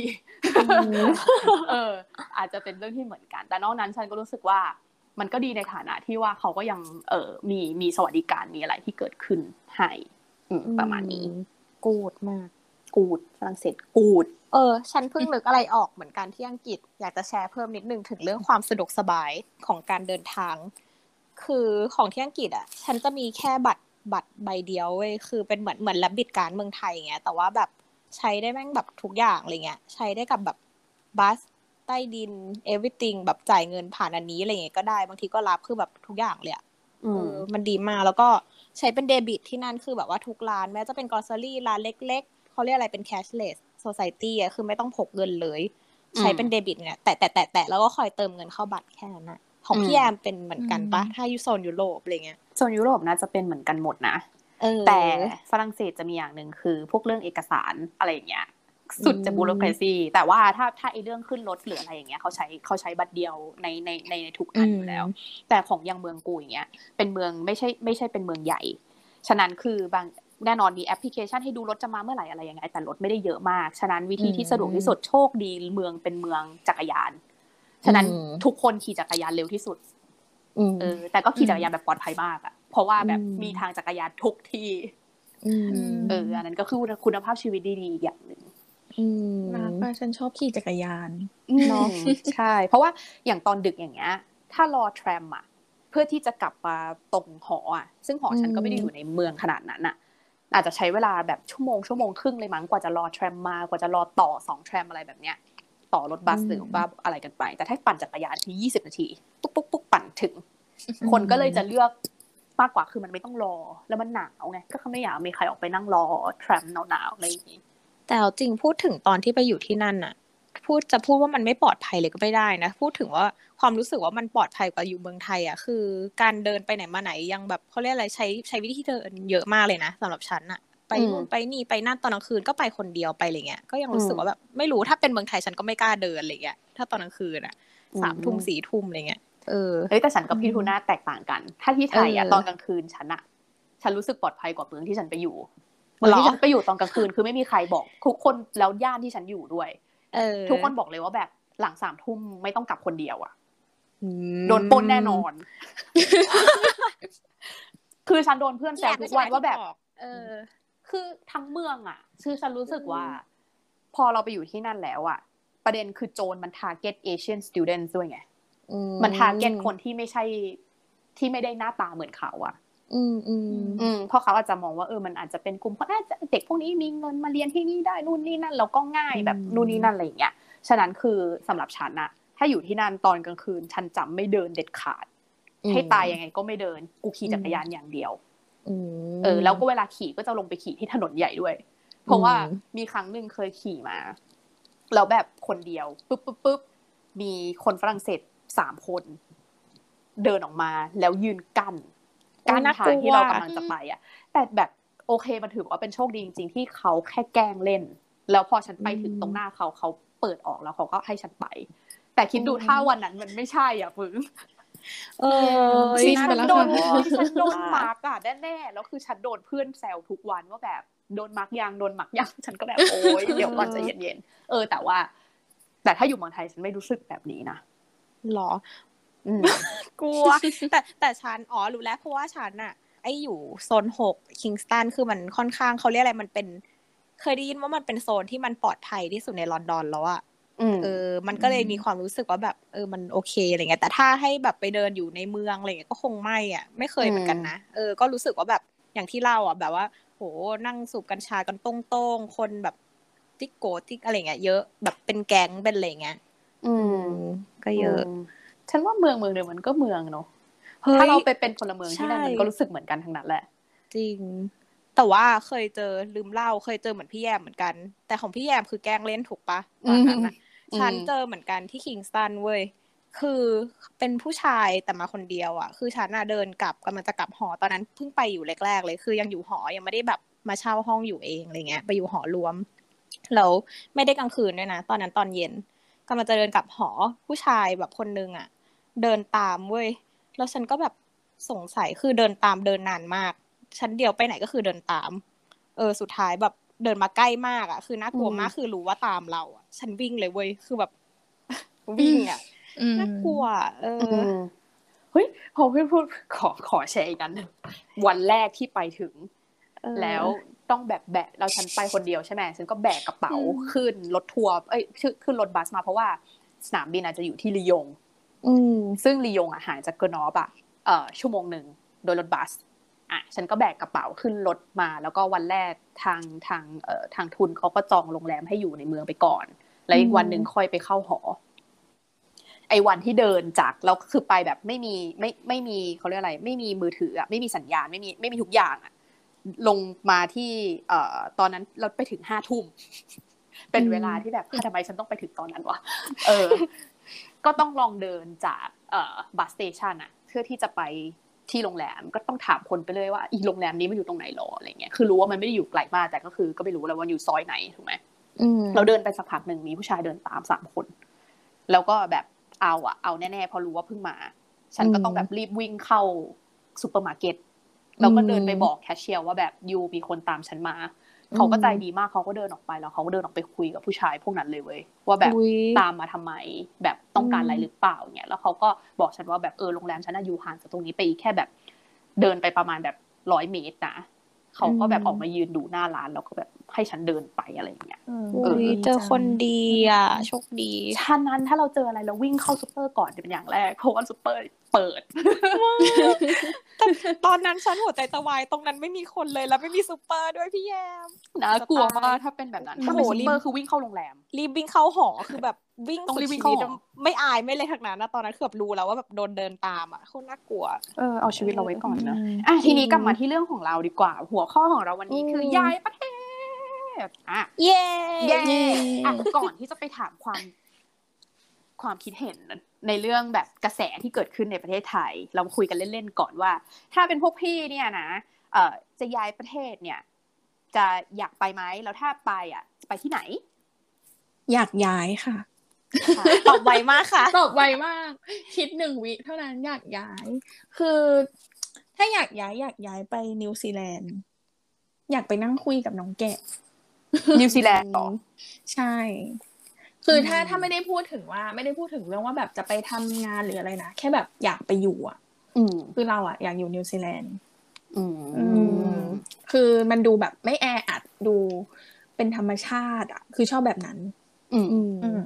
อาจจะเป็นเรื่องที่เหมือนกันแต่นอกนั้นฉันก็รู้สึกว่ามันก็ดีในฐานะที่ว่าเขาก็ยังมีสวัสดิการมีอะไรที่เกิดขึ้นให้ประมาณนี้กูดมากกูดฝรั่งเศสกูดฉันเพิ่งนึกอะไรออกเหมือนกันที่อังกฤษอยากจะแชร์เพิ่มนิดนึงถึงเรื่องความสะดวกสบายของการเดินทางคือของที่อังกฤษอ่ะฉันจะมีแค่บัตรใบเดียวเว้ยคือเป็นเหมือนแลบบิทการ์ดเมืองไทยอย่างเงี้ยแต่ว่าแบบใช้ได้แม่งแบบทุกอย่างอะไรเงี้ยใช้ได้กับแบบบัสใต้ดิน everything แบบจ่ายเงินผ่านอันนี้อะไรเงี้ยก็ได้บางทีก็รับคือแบบทุกอย่างเลยมันดีมากแล้วก็ใช้เป็นเดบิตที่นั่นคือแบบว่าทุกร้านแม้จะเป็นกรอสเซอรี่ร้านเล็กๆเขาเรียกอะไรเป็น cashless society อ่ะคือไม่ต้องพกเงินเลยใช้เป็นเดบิตเนี่ยแต่แล้วก็คอยเติมเงินเข้าบัตรแค่นั้นนะของพี่แอมเป็นเหมือนกันปะถ้าอยู่โซนยุโรปอะไรเงี้ยโซนยุโรปน่าจะเป็นเหมือนกันหมดนะแต่ฝรั่งเศสจะมีอย่างนึงคือพวกเรื่องเอกสารอะไรอย่างเงี้ยสุดจะบูโรคราซีแต่ว่าถ้าไอ้เรื่องขึ้นรถหรืออะไรอย่างเงี้ยเขาใช้บัตรเดียวในทุกอันอยู่แล้วแต่ของยังเมืองกูอย่างเงี้ยเป็นเมืองไม่ใช่เป็นเมืองใหญ่ฉะนั้นคือบางแน่นอนมีแอปพลิเคชันให้ดูรถจะมาเมื่อไหร่อะไรยังไงแต่รถไม่ได้เยอะมากฉะนั้นวิธีที่สะดวกที่สุดโชคดีเมืองเป็นเมืองจักรยานฉะนั้นทุกคนขี่จักรยานเร็วที่สุดแต่ก็ขี่จักรยานแบบปลอดภัยมากอ่ะเพราะว่าแบบมีทางจักรยานทุกที่อันนั้นก็คือคุณภาพชีวิตดีๆอย่างนึงนะฉันชอบขี่จักรยานเนาะใช่เพราะว่าอย่างตอนดึกอย่างเงี้ยถ้ารอแทรมอ่ะเพื่อที่จะกลับมาตรงหออ่ะซึ่งหอฉันก็ไม่ได้อยู่ในเมืองขนาดนั้นอ่ะอาจจะใช้เวลาแบบชั่วโมงครึ่งเลยมั้งกว่าจะรอแทรมมากว่าจะรอต่อ2แทรมอะไรแบบเนี้ยต่อรถบัสหรือว่าอะไรกันไปแต่ถ้าปั่นจักรยานที่20 นาทีปุ๊บปั่นถึงคนก็เลยจะเลือกมากกว่าคือมันไม่ต้องรอแล้วมันหนาวไงก็ไม่อยากมีใครออกไปนั่งรอแทรมหนาวๆอะไรอย่างงี้แต่เอาจริงพูดถึงตอนที่ไปอยู่ที่นั่นน่ะพูดว่ามันไม่ปลอดภัยเลยก็ไม่ได้นะพูดถึงว่าความรู้สึกว่ามันปลอดภัยกว่าอยู่เมืองไทยอ่ะคือการเดินไปไหนมาไหนยังแบบเขาเรียกอะไรใช้วิธีเดินเยอะมากเลยนะสำหรับฉันอ่ะไปนู่นไปนี่ไปนั่นตอนกลางคืนก็ไปคนเดียวไปอะไรเงี้ยก็ยังรู้สึกว่าแบบไม่รู้ถ้าเป็นเมืองไทยฉันก็ไม่กล้าเดินอะไรเงี้ยถ้าตอนกลางคืนอ่ะ 3 ทุ่ม 4 ทุ่มอะไรเงี้ยแต่ฉันกับพี่ทูน่าแตกต่างกันถ้าที่ไทยอ่ะตอนกลางคืนฉันรู้สึกปลอดภัยกว่าเมืองที่ฉันไปอยู่เมืองที่ฉันไปอยู่ตอนกลางคืนคือไม่มีใครบอกทุกคนแล้วย่านที่ฉันอยู่ด้วยทุกคนบอกเลยว่าแบบหลัง3 ทุ่มไม่ต้องกลับคนเดียวอ่ะโดนปล้นแน่นอนคือฉันโดนเพื่อนแซวทุกวันว่าแบบคือทั้งเมืองอ่ะคือฉันรู้สึกว่าพอเราไปอยู่ที่นั่นแล้วอ่ะประเด็นคือโจรมัน target Asian students ด้วยไงมัน target คนที่ไม่ได้หน้าตาเหมือนเขาอ่ะเพราะเขาอาจจะมองว่ามันอาจจะเป็นกลุ่มคนอาจจะเด็กพวกนี้มีเงินมาเรียนที่นี่ได้นู่นนี่นั่นแล้วก็ง่ายแบบนู่นนี่นั่นอะไรอย่างเงี้ยฉะนั้นคือสำหรับฉันอะถ้าอยู่ที่นั่นตอนกลางคืนฉันจำไม่เดินเด็ดขาดให้ตายยังไงก็ไม่เดินกูขี่จักรยานอย่างเดียวแล้วก็เวลาขี่ก็จะลงไปขี่ที่ถนนใหญ่ด้วยเพราะว่ามีครั้งนึงเคยขี่มาแล้วแบบคนเดียวปึ๊บมีคนฝรั่งเศส3 คนเดินออกมาแล้วยืนกั้นทางที่เรากำลังจะไปอ่ะแต่แบบโอเคมันถือว่าเป็นโชคดีจริงๆที่เขาแค่แกล้งเล่นแล้วพอฉันไปถึงตรงหน้าเขาเปิดออกแล้วเขาก็ให้ฉันไปแต่คิดดูถ้าวันนั้นมันไม่ใช่อ่ะมึงฉันโดนมาร์กอ่ะแน่ๆแล้วคือฉันโดนเพื่อนแซวทุกวันว่าแบบโดนมาร์กยังฉันก็แบบโอ๊ยเดี๋ยวก่อนจะเย็นๆแต่ถ้าอยู่เมืองไทยฉันไม่รู้สึกแบบนี้นะหรอกลัวแต่ฉันรู้แล้วเพราะว่าฉันน่ะไอ้อยู่โซน6คิงสตันคือมันค่อนข้างเขาเรียกอะไรมันเป็นเคยได้ยินว่ามันเป็นโซนที่มันปลอดภัยที่สุดในลอนดอนแล้วอ่ะมันก็เลยมีความรู้สึกว่าแบบมันโอเคอะไรเงี้ยแต่ถ้าให้แบบไปเดินอยู่ในเมืองอะไรเงี้ยก็คงไม่เคยเหมือนกันนะก็รู้สึกว่าแบบอย่างที่เล่าอ่ะแบบว่าโหนั่งสูบกัญชากันโต้งๆคนแบบติ๊กโกติ๊กอะไรเงี้ยเยอะแบบเป็นแก๊งเป็นอะไรเงี้ยก็เยอะฉันว่าเมืองนึงมันก็เมืองเนาะถ้าเราไปเป็นพลเมืองที่นั่นมันก็รู้สึกเหมือนกันทั้งนั้นแหละจริงแต่ว่าเคยเจอลืมเล่าเคยเจอเหมือนพี่แยมเหมือนกันแต่ของพี่แยมคือแกล้งเล่นถูกปะตอนนั้นน่ะฉันเจอเหมือนกันที่คิงสตันเว้ยคือเป็นผู้ชายแต่มาคนเดียวอ่ะคือฉันเดินกำลังจะกลับหอตอนนั้นเพิ่งไปอยู่แรกๆเลยคือยังอยู่หอยังไม่ได้แบบมาเช่าห้องอยู่เองอะไรเงี้ยไปอยู่หอรวมแล้วไม่ได้กลางคืนด้วยนะตอนนั้นตอนเย็นกำลังจะเดินกลับหอผู้ชายแบบคนนึงอ่ะเดินตามเว้ยแล้วฉันก็แบบสงสัยคือเดินตามเดินนานมากฉันเดียวไปไหนก็คือเดินตามสุดท้ายแบบเดินมาใกล้มากอ่ะคือน่ากลัวมากคือรู้ว่าตามเราอ่ะฉันวิ่งเลยเว้ยคือแบบวิ่งอ่ะน่ากลัวเฮ้ยพอพูดขอแชร์อีกอันนึงวันแรกที่ไปถึงแล้วต้องแบบแบกเราฉันไปคนเดียวใช่ไหมฉันก็แบกกระเป๋าขึ้นรถทัวร์ขึ้นรถบัสมาเพราะว่าสนามบินอาจจะอยู่ที่ลียงซึ่งลียงห่างจากเกอร์นอฟชั่วโมงนึงโดยรถบัสฉันก็แบกกระเป๋าขึ้นรถมาแล้วก็วันแรกทางทุนเขาก็จองโรงแรมให้อยู่ในเมืองไปก่อนแล้วอีกวันนึงค่อยไปเข้าหอไอ้วันที่เดินจากเราคือไปแบบไม่มีเขาเรียกอะไรไม่มีมือถือไม่มีสัญญาณไม่มีทุกอย่างลงมาที่ตอนนั้นเราไปถึง5 ทุ่มเป็นเวลาที่แบบทำไมฉันต้องไปถึงตอนนั้นวะก็ต้องลองเดินจากบัสสเตชันเพื่อที่จะไปที่โรงแรมก็ต้องถามคนไปเลยว่าอีโรงแรมนี้มันอยู่ตรงไหนหรออะไรเงี้ยคือรู้ว่ามันไม่ได้อยู่ไกลมากแต่ก็คือก็ไม่รู้แล้วว่าอยู่ซอยไหนถูกไหมเราเดินไปสักพักหนึ่งมีผู้ชายเดินตาม3 คนแล้วก็แบบเอาแน่ๆพอรู้ว่าเพิ่งมาฉันก็ต้องแบบรีบวิ่งเข้าซุปเปอร์มาร์เก็ตแล้วก็เดินไปบอกแคชเชียร์ว่าแบบยูมีคนตามฉันมาเขาก็ใจดีมากเขาก็เดินออกไปแล้วเขาก็เดินออกไปคุยกับผู้ชายพวกนั้นเลยเว้ยว่าแบบตามมาทำไมแบบต้องการอะไรหรือเปล่าเนี่ยแล้วเขาก็บอกฉันว่าแบบโรงแรมฉันอยู่ห่างจากตรงนี้ไปแค่แบบเดินไปประมาณแบบ100 เมตรนะเขาก็แบบออกมายืนดูหน้าร้านแล้วก็แบบให้ฉันเดินไปอะไรอย่างเงี้ยเจอคนดีโชคดีฉะนั้นถ้าเราเจออะไรเราวิ่งเข้าซุปเปอร์ก่อนเป็นอย่างแรกเพราะว่าซุปเปอร์เปิดตอนนั้นฉันหัวใจจะวายตรงนั้นไม่มีคนเลยแล้วไม่มีซุปเปอร์ด้วยพี่แยมน่ากลัวมากถ้าเป็นแบบนั้นถ้าเป็นซุปเปอร์คือวิ่งเข้าโรงแรมรีบวิ่งเข้าหอคือแบบวิ่งสุดชีวิตไม่อายไม่เลยทั้งนั้นนะตอนนั้นคือแบบรู้แล้วว่าแบบโดนเดินตามโคตรน่ากลัวเอาชีวิตเราไว้ก่อนนะทีนี้กลับมาที่เรื่องของเราดีกว่าหัวข้อของเราวันนี้คือย้ายประเทศเย้ก่อนที่จะไปถามความคิดเห็นในเรื่องแบบกระแสที่เกิดขึ้นในประเทศไทยเราคุยกันเล่นๆก่อนว่าถ้าเป็นพวกพี่เนี่ยนะจะย้ายประเทศเนี่ยจะอยากไปไหมแล้วถ้าไปจะไปที่ไหนอยากย้ายค่ะตอบไวมากค่ะตอบไวมากคิด1 วิเท่านั้นอยากย้ายคือถ้าอยากย้ายไปนิวซีแลนด์อยากไปนั่งคุยกับน้องแกะนิวซีแลนด์ใช่คือถ้าไม่ได้พูดถึงเรื่องว่าแบบจะไปทำงานหรืออะไรนะแค่แบบอยากไปอยู่คือเราอยากอยู่นิวซีแลนด์คือมันดูแบบไม่แออัดดูเป็นธรรมชาติคือชอบแบบนั้น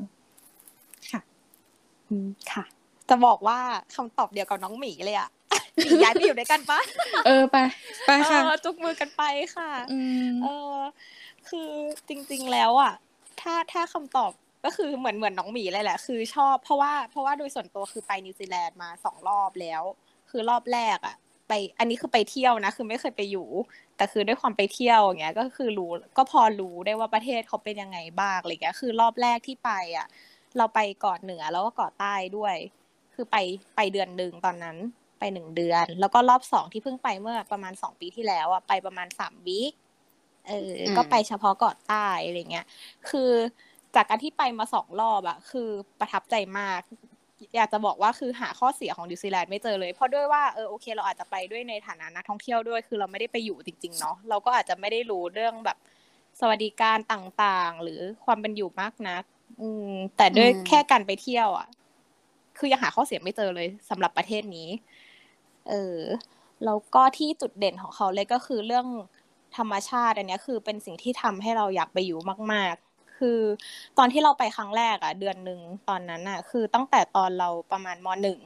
ค่ะจะบอกว่าคำตอบเดียวกับน้องหมีเลยย้ายไปอยู่ด้วยกันปะไปค่ะจุกมือกันไปค่ะคือจริงๆแล้วอ่ะถ้าคำตอบก็คือเหมือนน้องหมีเลยแหละคือชอบเพราะว่าโดยส่วนตัวคือไปนิวซีแลนด์มา2 รอบแล้วคือรอบแรกอ่ะไปอันนี้คือไปเที่ยวนะคือไม่เคยไปอยู่แต่คือด้วยความไปเที่ยวอย่างเงี้ยก็คือรู้ก็พอรู้ได้ว่าประเทศเขาเป็นยังไงบ้างอะไรเงี้ยคือรอบแรกที่ไปอ่ะเราไปเกาะเหนือแล้วก็เกาะใต้ด้วยคือไปเดือนนึงตอนนั้นไป1 เดือนแล้วก็รอบ2ที่เพิ่งไปเมื่อประมาณ2 ปีที่แล้วอ่ะไปประมาณ3 วีคก็ไปเฉพาะเกาะใต้อะไรเงี้ยคือจากการที่ไปมา2 รอบอะคือประทับใจมากอยากจะบอกว่าคือหาข้อเสียของนิวซีแลนด์ไม่เจอเลยเพราะด้วยว่าโอเคเราอาจจะไปด้วยในฐานะนักท่องเที่ยวด้วยคือเราไม่ได้ไปอยู่จริงๆเนาะเราก็อาจจะไม่ได้รู้เรื่องแบบสวัสดิการต่างๆหรือความเป็นอยู่มากนักแต่ด้วยแค่การไปเที่ยวอะคือยังหาข้อเสียไม่เจอเลยสำหรับประเทศนี้แล้วก็ที่จุดเด่นของเขาเลยก็คือเรื่องธรรมชาติอันนี้คือเป็นสิ่งที่ทำให้เราอยากไปอยู่มากๆคือตอนที่เราไปครั้งแรกอ่ะเดือนนึงตอนนั้นอ่ะคือตั้งแต่ตอนเราประมาณม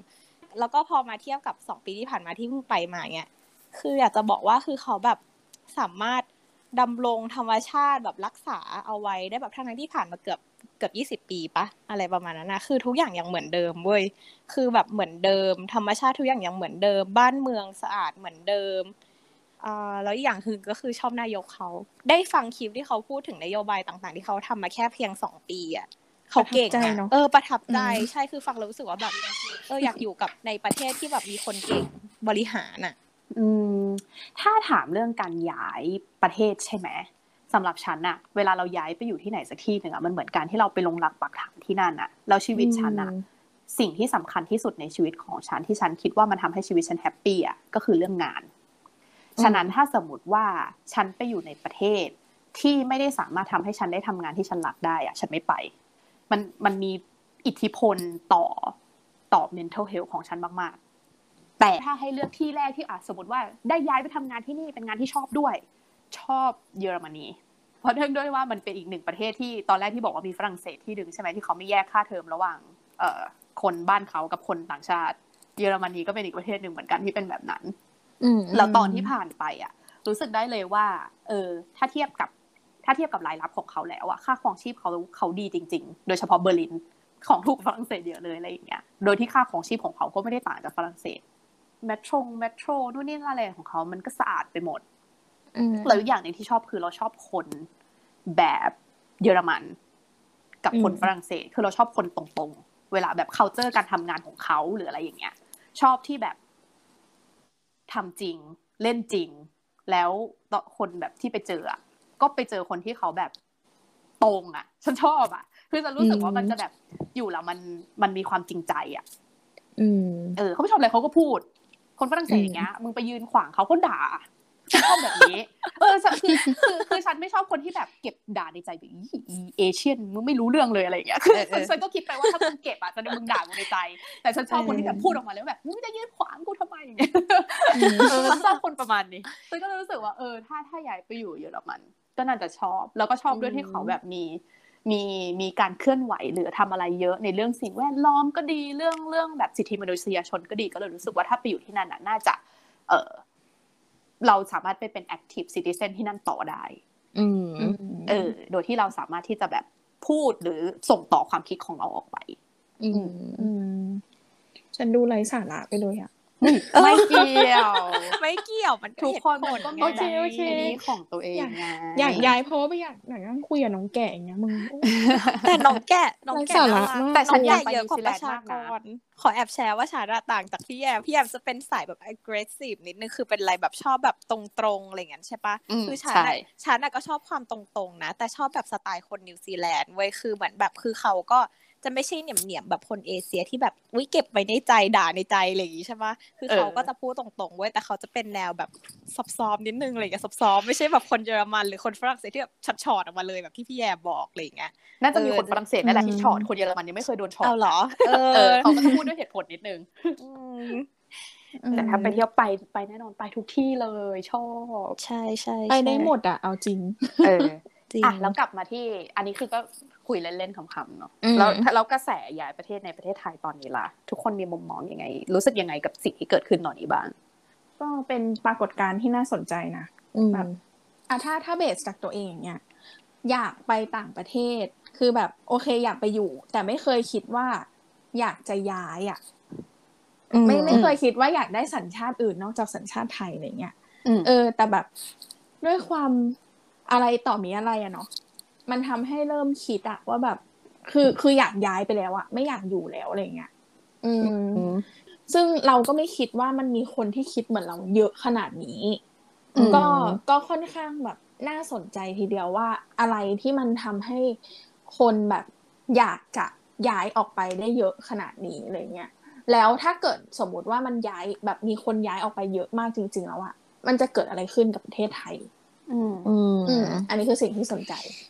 .1แล้วก็พอมาเทียบกับ2 ปีที่ผ่านมาที่เพิ่งไปมาเงี้ยคืออยากจะบอกว่าคือเขาแบบสามารถดำรงธรรมชาติแบบรักษาเอาไว้ได้แบบทั้งที่ผ่านมาเกือบ20 ปีปะอะไรประมาณนั้นนะคือทุกอย่างยังเหมือนเดิมเว้ยคือแบบเหมือนเดิมธรรมชาติทุกอย่างยังเหมือนเดิมบ้านเมืองสะอาดเหมือนเดิมแล้วอีกอย่างคือก็คือชอบนายกเขาได้ฟังคลิปที่เขาพูดถึงนโยบายต่างๆที่เขาทำมาแค่เพียง2 ปีอ่ะเขาเก่งนะประทับใจใช่คือฟังแล้วรู้สึกว่าแบบอยากอยู่กับในประเทศที่แบบมีคนเก่งบริหารอ่ะถ้าถามเรื่องการย้ายประเทศใช่ไหมสำหรับฉันอะเวลาเราย้ายไปอยู่ที่ไหนสักที่หนึ่งอะมันเหมือนการที่เราไปลงหลักปักฐานที่นั่นอะแล้วชีวิตฉันอะสิ่งที่สำคัญที่สุดในชีวิตของฉันที่ฉันคิดว่ามันทำให้ชีวิตฉันแฮปปี้อะก็คือเรื่องงานฉะนั้นถ้าสมมติว่าฉันไปอยู่ในประเทศที่ไม่ได้สามารถทำให้ฉันได้ทำงานที่ฉันรักได้อะฉันไม่ไปมันมีอิทธิพลต่อ mental health ของฉันมากๆแต่ถ้าให้เลือกที่แรกที่สมมติว่าได้ย้ายไปทำงานที่นี่เป็นงานที่ชอบด้วยชอบเยอรมนีเพราะเนื่องด้วยว่ามันเป็นอีกหนึ่งประเทศที่ตอนแรกที่บอกว่ามีฝรั่งเศสที่ดึงใช่ไหมที่เขาไม่แยกค่าเทอมระหว่างคนบ้านเขากับคนต่างชาติเยอรมนีก็เป็นอีกประเทศหนึ่งเหมือนกันที่เป็นแบบนั้นแล้วตอนที่ผ่านไปอ่ะรู้สึกได้เลยว่าถ้าเทียบกับรายรับของเขาแล้วอ่ะค่าครองชีพเขาดีจริงๆโดยเฉพาะเบอร์ลินของถูกฝรั่งเศสเยอะเลยอะไรอย่างเงี้ยโดยที่ค่าครองชีพของเขาก็ไม่ได้ต่างจากฝรั่งเศสเมโทรนู่นนี่อะไรของเขามันก็สะอาดไปหมดแล้วอย่างนึงที่ชอบคือเราชอบคนแบบเยอรมันกับคนฝรั่งเศสคือเราชอบคนตรงๆเวลาแบบ culture การทำงานของเขาหรืออะไรอย่างเงี้ยชอบที่แบบทำจริงเล่นจริงแล้วคนแบบที่ไปเจอก็ไปเจอคนที่เขาแบบตรงฉันชอบคือจะรู้สึกว่ามันจะแบบอยู่แล้วมันมีความจริงใจเขาไม่ชอบอะไรเขาก็พูดคนฝรั่งเศสอย่างเงี้ยมึงไปยืนขวางเขาก็ด่าชอบแบบนี้คือฉันไม่ชอบคนที่แบบเก็บด่าในใจแบบเอเชียนมึงไม่รู้เรื่องเลยอะไรอย่างเงี้ยคือฉันก็คิดไปว่าถ้ามึงเก็บจะมึงด่ามึงในใจแต่ฉันชอบคนที่แบบพูดออกมาแล้วแบบมึงจะยืนขวางกูทำไมอย่างเงี้ยชอบคนประมาณนี้ฉันก็รู้สึกว่าถ้าย้ายไปอยู่เยอรมันก็น่าจะชอบแล้วก็ชอบด้วยที่เขาแบบมีการเคลื่อนไหวหรือทำอะไรเยอะในเรื่องสิ่งแวดล้อมก็ดีเรื่องแบบสิทธิมนุษยชนก็ดีก็เลยรู้สึกว่าถ้าไปอยู่ที่นั่นน่าจะเราสามารถไปเป็น active citizen ที่นั่นต่อได้โดยที่เราสามารถที่จะแบบพูดหรือส่งต่อความคิดของเราออกไปฉันดูไร้สาระไปเลยไม่เกี่ยวมันทุกคนก็มีนี้ของตัวเองอยากย้ายเพราะว่าอยากนั่งคุยกับน้องแก่อย่างเงี้ยมึงแต่น้องแก่สาระแต่ฉันอยากเยอะกว่าประชากรขอแอบแชร์ว่าฉันต่างจากพี่แอมจะเป็นสายแบบ aggressive นิดนึงคือเป็นอะไรแบบชอบแบบตรงๆอะไรอย่างเงี้ยใช่ปะคือฉันก็ชอบความตรงๆนะแต่ชอบแบบสไตล์คนนิวซีแลนด์เว้ยคือเหมือนแบบคือเขาก็จะไม่ใช่เหนี่ยมแบบคนเอเชียที่แบบเก็บไว้ในใจด่าในใจอะไรอย่างงี้ใช่ปะคือเขาก็จะพูดตรงๆเว้ยแต่เขาจะเป็นแนวแบบซอฟๆนิดนึงอะไรอย่างเงี้ยซอฟๆไม่ใช่แบบคนเยอรมันหรือคนฝรั่งเศสที่แบบช็อตออกมาเลยแบบที่พี่แยมบอกอะไรอย่างเงี้ยน่าจะมีคนฝรั่งเศสนั่นแหละที่ช็อตคนเยอรมันยังไม่เคยโดนช็อตเอาเหรอเขาก็จะพูดด้วยเหตุผลนิดนึงแต่ถ้าไปเที่ยวไปแน่นอนไปทุกที่เลยชอบใช่ไปได้หมดเอาจริงจแล้วกลับมาที่อันนี้คือก็คุยเล่นๆขำๆเนาะแล้วกระแสย้ายประเทศในประเทศไทยตอนนี้ล่ะทุกคนมีมุมมองยังไงรู้สึกยังไงกับสิ่งที่เกิดขึ้นตอนนี้บ้างก็เป็นปรากฏการณ์ที่น่าสนใจนะแบบถ้าเบสจากตัวเองเนี่ยอยากไปต่างประเทศคือแบบโอเคอยากไปอยู่แต่ไม่เคยคิดว่าอยากจะย้ายอ่ะไม่เคยคิดว่าอยากได้สัญชาติอื่นนอกจากสัญชาติไทยอะไรเงี้ยแต่แบบด้วยความอะไรต่อมีอะไรอะเนาะมันทำให้เริ่มคิดอะว่าแบบคืออยากย้ายไปแล้วอะไม่อยากอยู่แล้วอะไรเงี้ยซึ่งเราก็ไม่คิดว่ามันมีคนที่คิดเหมือนเราเยอะขนาดนี้ก็ค่อนข้างแบบน่าสนใจทีเดียวว่าอะไรที่มันทำให้คนแบบอยากจะย้ายออกไปได้เยอะขนาดนี้อะไรเงี้ยแล้วถ้าเกิดสมมุติว่ามันย้ายแบบมีคนย้ายออกไปเยอะมากจริงๆแล้วอะมันจะเกิดอะไรขึ้นกับประเทศไทยอันนี้คือสิ่งที่สนใจ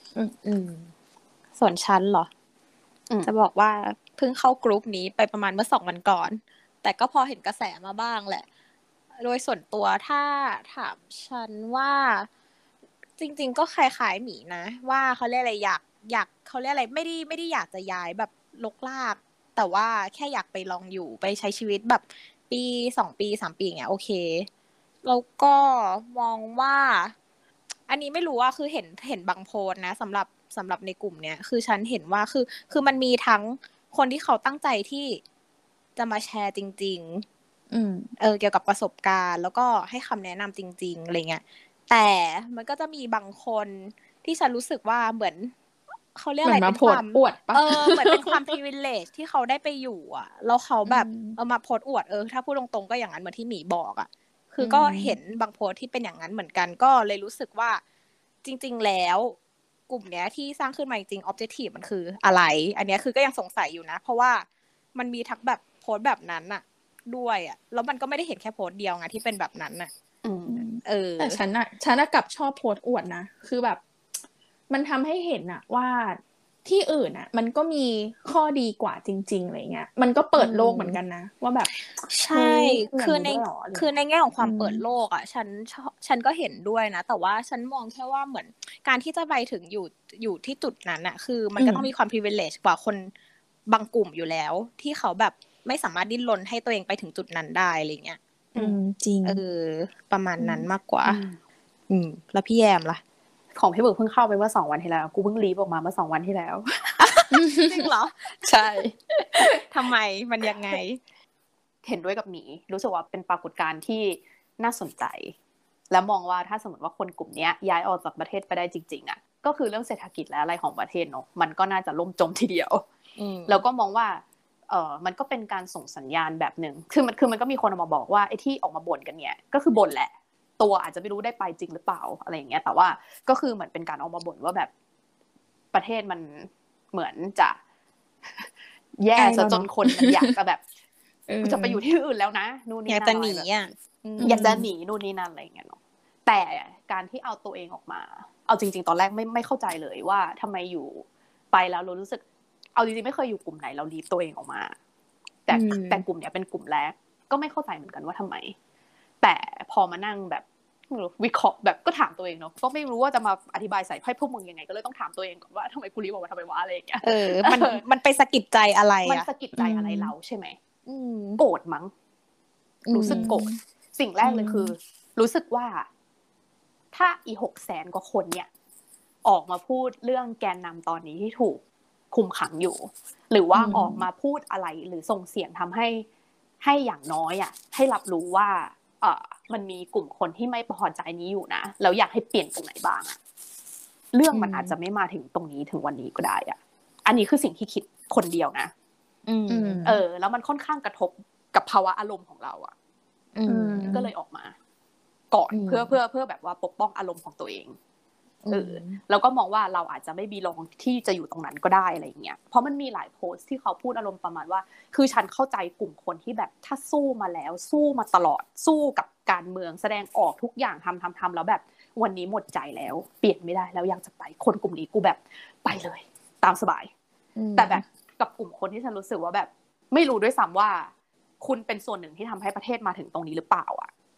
ส่วนฉันเหรอจะบอกว่าเพิ่งเข้ากรุ๊ปนี้ไปประมาณเมื่อ2 วันก่อนแต่ก็พอเห็นกระแสมาบ้างแหละโดยส่วนตัวถ้าถามฉันว่าจริงๆก็คล้ายๆหมีนะว่าเขาเรียกอะไรอยากเขาเรียกอะไรไม่ได้อยากจะย้ายแบบลกลากแต่ว่าแค่อยากไปลองอยู่ไปใช้ชีวิตแบบปี2 ปี3 ปีอย่างเงี้ยโอเคแล้วก็มองว่าอันนี้ไม่รู้ว่าคือเห็นบางโพสนะสำหรับในกลุ่มเนี้ยคือฉันเห็นว่าคือมันมีทั้งคนที่เขาตั้งใจที่จะมาแชร์จริงๆเกี่ยวกับประสบการณ์แล้วก็ให้คำแนะนำจริงๆอะไรเงี้ยแต่มันก็จะมีบางคนที่ฉันรู้สึกว่าเหมือนเขาเรียกอะไรเป็นความอวดปะเหมือนเป็นความ privilege ที่เขาได้ไปอยู่อ่ะแล้วเขาแบบมาโพสอวดถ้าพูดตรงๆก็อย่างนั้นเหมือนที่หมีบอกอ่ะคือก็เห็นบางโพสที่เป็นอย่างนั้นเหมือนกันก็เลยรู้สึกว่าจริงๆแล้วกลุ่มเนี้ยที่สร้างขึ้นมาจริงๆ objective มันคืออะไรอันเนี้ยคือก็ยังสงสัยอยู่นะเพราะว่ามันมีทั้งแบบโพสแบบนั้นน่ะด้วยอ่ะแล้วมันก็ไม่ได้เห็นแค่โพสเดียวไงที่เป็นแบบนั้นน่ะแต่ฉันกลับชอบโพสอวดนะคือแบบมันทำให้เห็นอะว่าที่อื่นอะมันก็มีข้อดีกว่าจริงๆอะไรเงี้ยมันก็เปิดโลกเหมือนกันนะว่าแบบใช่คือในแง่ของความเปิดโลกอ่ะฉันก็เห็นด้วยนะแต่ว่าฉันมองแค่ว่าเหมือนการที่จะไปถึงอยู่ที่จุดนั้นอ่ะคือมันก็ต้องมีความ privilege กว่าคนบางกลุ่มอยู่แล้วที่เขาแบบไม่สามารถดิ้นรนให้ตัวเองไปถึงจุดนั้นได้อะไรเงี้ยจริงประมาณนั้นมากกว่าแล้วพี่แยมล่ะของพี่เบิร์กเพิ่งเข้าไปเมื่อ2 วันที่แล้วกูเพิ่งรีบออกมาเมื่อ2 วันที่แล้วจริงเหรอใช่ทำไมมันยังไงเห็นด้วยกับหมีรู้สึกว่าเป็นปรากฏการณ์ที่น่าสนใจและมองว่าถ้าสมมติว่าคนกลุ่มนี้ย้ายออกจากประเทศไปได้จริงๆอ่ะก็คือเรื่องเศรษฐกิจและอะไรของประเทศเนาะมันก็น่าจะล่มจมทีเดียวแล้วก็มองว่ามันก็เป็นการส่งสัญญาณแบบนึงคือมันก็มีคนออกมาบอกว่าไอ้ที่ออกมาบ่นกันเนี่ยก็คือบ่นแหละตัวอาจจะไม่รู้ได้ไปจริงหรือเปล่าอะไรอย่างเงี้ยแต่ว่าก็คือเหมือนเป็นการออกมาบ่นว่าแบบประเทศมันเหมือนจะแย่ซะจนคนมันอยากจะแบบจะไปอยู่ที่อื่นแล้วนะนู่นนี่นั่นอยากจะหนีอยากจะหนีนู่นนี่นั่นอะไรอย่างเงี้ยเนาะแต่การที่เอาตัวเองออกมาเอาจริงๆตอนแรกไม่เข้าใจเลยว่าทำไมอยู่ไปแล้วเรารู้สึกเอาจริงๆไม่เคยอยู่กลุ่มไหนเราลีฟตัวเองออกมาแต่กลุ่มเนี้ยเป็นกลุ่มแรกก็ไม่เข้าใจเหมือนกันว่าทำไมแต่พอมานั่งแบบวิเคราะห์แบบก็ถามตัวเองเนาะก็ไม่รู้ว่าจะมาอธิบายใส่ให้พวกมึงยังไงก็เลยต้องถามตัวเองก่อนว่าทำไมกูรีบออกมาทำไมวะอะไรอย่างเงี้ยมันไปสะกิดใจอะไรมันสะกิดใจอะไรเราใช่ไหมโกรธมั้งรู้สึกโกรธสิ่งแรกเลยคือรู้สึกว่าถ้าอี600,000 กว่าคนเนี่ยออกมาพูดเรื่องแกนนำตอนนี้ที่ถูกคุมขังอยู่หรือว่าออกมาพูดอะไรหรือส่งเสียงทำให้อย่างน้อยอ่ะให้รับรู้ว่ามันมีกลุ่มคนที่ไม่พอใจนี้อยู่นะแล้วอยากให้เปลี่ยนตรงไหนบ้างอะเรื่องมันอาจจะไม่มาถึงตรงนี้ถึงวันนี้ก็ได้อ่ะอันนี้คือสิ่งที่คิดคนเดียวนะแล้วมันค่อนข้างกระทบกับภาวะอารมณ์ของเราอ่ะก็เลยออกมาก่อนเพื่อแบบว่าปกป้องอารมณ์ของตัวเองแล้วก็มองว่าเราอาจจะไม่บีลองที่จะอยู่ตรงนั้นก็ได้อะไรอย่างเงี้ยเพราะมันมีหลายโพสต์ที่เขาพูดอารมณ์ประมาณว่าคือฉันเข้าใจกลุ่มคนที่แบบถ้าสู้มาแล้วสู้มาตลอดสู้กับการเมืองแสดงออกทุกอย่างทำแล้วแบบวันนี้หมดใจแล้วเปลี่ยนไม่ได้แล้วอยากจะไปคนกลุ่มนี้กูแบบไปเลยตามสบายแต่แบบกับกลุ่มคนที่ฉันรู้สึกว่าแบบไม่รู้ด้วยซ้ำว่าคุณเป็นส่วนหนึ่งที่ทำให้ประเทศมาถึงตรงนี้หรือเปล่าอ่ะ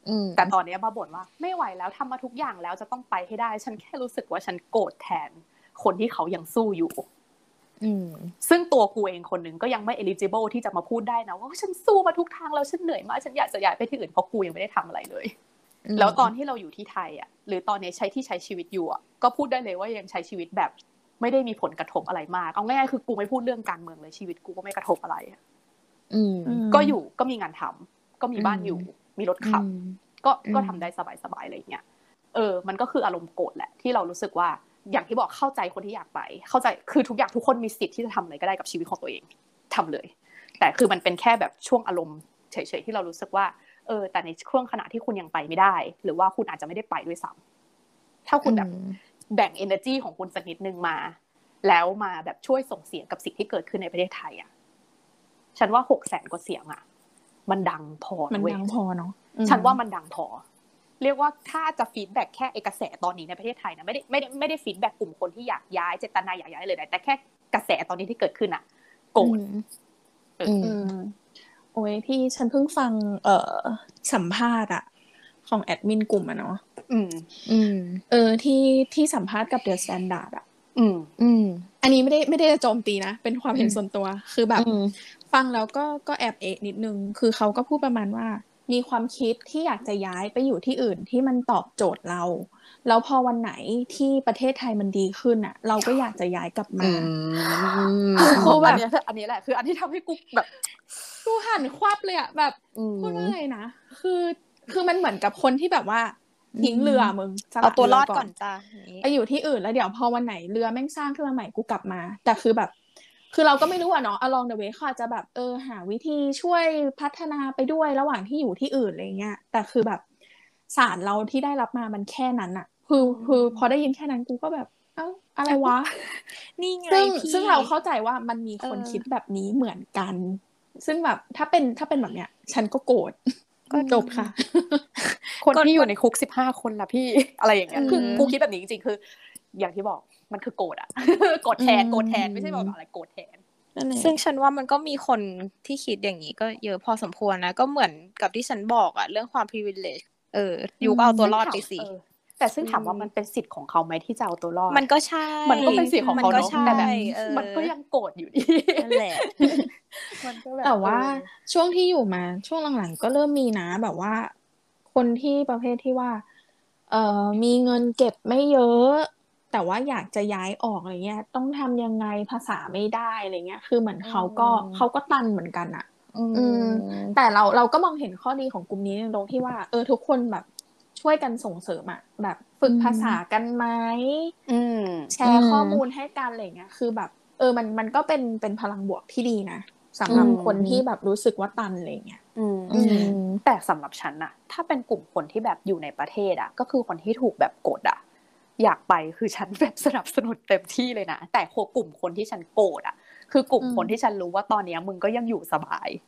แต่ตอนนี้มาบ่นว่าไม่ไหวแล้วทำมาทุกอย่างแล้วจะต้องไปให้ได้ฉันแค่รู้สึกว่าฉันโกรธแทนคนที่เขายังสู้อยู่ซึ่งตัวกูเองคนนึงก็ยังไม่ eligible ที่จะมาพูดได้นะว่าฉันสู้มาทุกทางแล้วฉันเหนื่อยมากฉันอยากจะย้ายไปที่อื่นเพราะกูยังไม่ได้ทำอะไรเลยแล้วตอนที่เราอยู่ที่ไทยอ่ะหรือตอนนี้ใช้ชีวิตอยู่อ่ะก็พูดได้เลยว่ายังใช้ชีวิตแบบไม่ได้มีผลกระทบอะไรมากเอาง่ายๆคือกูไม่พูดเรื่องการเมืองเลยชีวิตกูก็ไม่กระทบอะไรก็อยู่ก็มีงานทำก็มีบ้านอยู่มีรถขับก็ทำได้สบายๆอะไรอย่างเงี้ยมันก็คืออารมณ์โกรธแหละที่เรารู้สึกว่าอย่างที่บอกเข้าใจคนที่อยากไปเข้าใจคือทุกอย่างทุกคนมีสิทธิ์ที่จะทำอะไรก็ได้กับชีวิตของตัวเองทำเลยแต่คือมันเป็นแค่แบบช่วงอารมณ์เฉยๆที่เรารู้สึกว่าแต่ในช่วงขณะที่คุณยังไปไม่ได้หรือว่าคุณอาจจะไม่ได้ไปด้วยซ้ำถ้าคุณแบบแบ่ง energy ของคุณสักนิดนึงมาแล้วมาแบบช่วยส่งเสียงกับสิ่งที่เกิดขึ้นในประเทศไทยอ่ะฉันว่า600,000 กว่าเสียงอ่ะมันดังพอมันดังพอเนาะฉันว่ามันดังพอเรียกว่าถ้าจะฟีดแบ็กแค่กระแสตอนนี้ในประเทศไทยนะไม่ได้ฟีดแบ็กกลุ่มคนที่อยากย้ายเจตนาอยากย้ายเลยนะแต่แค่กระแสตอนนี้ที่เกิดขึ้นอ่ะโกรธโอ้ยพี่ฉันเพิ่งฟังสัมภาษณ์อะของแอดมินกลุ่มอะเนาะที่สัมภาษณ์กับ The Standard อะอันนี้ไม่ได้จะโจมตีนะเป็นความเห็นส่วนตัวคือแบบฟังแล้วก็แอบนิดนึงคือเขาก็พูดประมาณว่ามีความคิดที่อยากจะย้ายไปอยู่ที่อื่นที่มันตอบโจทย์เราแล้วพอวันไหนที่ประเทศไทยมันดีขึ้นอ่ะเราก็อยากจะย้ายกลับมาคือแบบอันนี้แหละคืออันที่ทำให้กูแบบกูหันควับเลยอ่ะแบบพูดว่าอะไรนะคือมันเหมือนกับคนที่แบบว่าทิ้งเรือมึงเอาตัวรอดก่อนจ้ะไปอยู่ที่อื่นแล้วเดี๋ยวพอวันไหนเรือแม่งสร้างขึ้นมาใหม่กูกลับมาแต่คือแบบคือเราก็ไม่รู้อะเนาะ along the way เขาอาจจะแบบหาวิธีช่วยพัฒนาไปด้วยระหว่างที่อยู่ที่อื่นอะไรเงี้ยแต่คือแบบสารเราที่ได้รับมามันแค่นั้นอะคือพอได้ยินแค่นั้นกูก็แบบเอ้าอะไรวะนี่ไงซึ่งเราเข้าใจว่ามันมีคนคิดแบบนี้เหมือนกันซึ่งแบบถ้าเป็นแบบเนี้ยฉันก็โกรธก็จบค่ะคนที่อยู่ในคุก15 คนล่ะพี่อะไรอย่างเงี้ยคือกูคิดแบบนี้จริงๆคืออย่างที่บอกมันคือโกรธอะโกรธแทนไม่ใช่บอกอะไรโกรธแทนซึ่งฉันว่ามันก็มีคนที่คิดอย่างนี้ก็เยอะพอสมควรนะก็เหมือนกับที่ฉันบอกอะเรื่องความ privilege อยู่เอาตัวรอดไปสิแต่ซึ่งถามว่ามันเป็นสิทธิ์ของเขาไหมที่จะเอาตัวรอดมันก็ใช่มันก็เป็นสิทธิ์ของเขาเนาะแต่แบบมันก็ยังโกรธอยู่ดีนั่นแหละมันก็แบบแต่ว่าช่วงที่อยู่มาช่วงหลังๆก็เริ่มมีนะแบบว่าคนที่ประเภทที่ว่ามีเงินเก็บไม่เยอะแต่ว่าอยากจะย้ายออกอะไรเงี้ยต้องทำยังไงภาษาไม่ได้อะไรเงี้ยคือเหมือนเขาก็ตันเหมือนกันอะแต่เราก็มองเห็นข้อดีของกลุ่มนี้ตรงที่ว่าทุกคนแบบช่วยกันส่งเสริมอะแบบฝึกภาษากันไหมแชร์ข้อมูลให้กันอะไรเงี้ยคือแบบมันก็เป็นพลังบวกที่ดีนะสำหรับคนที่แบบรู้สึกว่าตันอะไรเงี้ยแต่สำหรับฉันอะถ้าเป็นกลุ่มคนที่แบบอยู่ในประเทศอะก็คือคนที่ถูกแบบกดอะอยากไปคือฉันแบบสนับสนุนเต็มที่เลยนะแต่กลุ่มคนที่ฉันโกรธอะคือกลุ่มคนที่ฉันรู้ว่าตอนนี้มึงก็ยังอยู่สบาย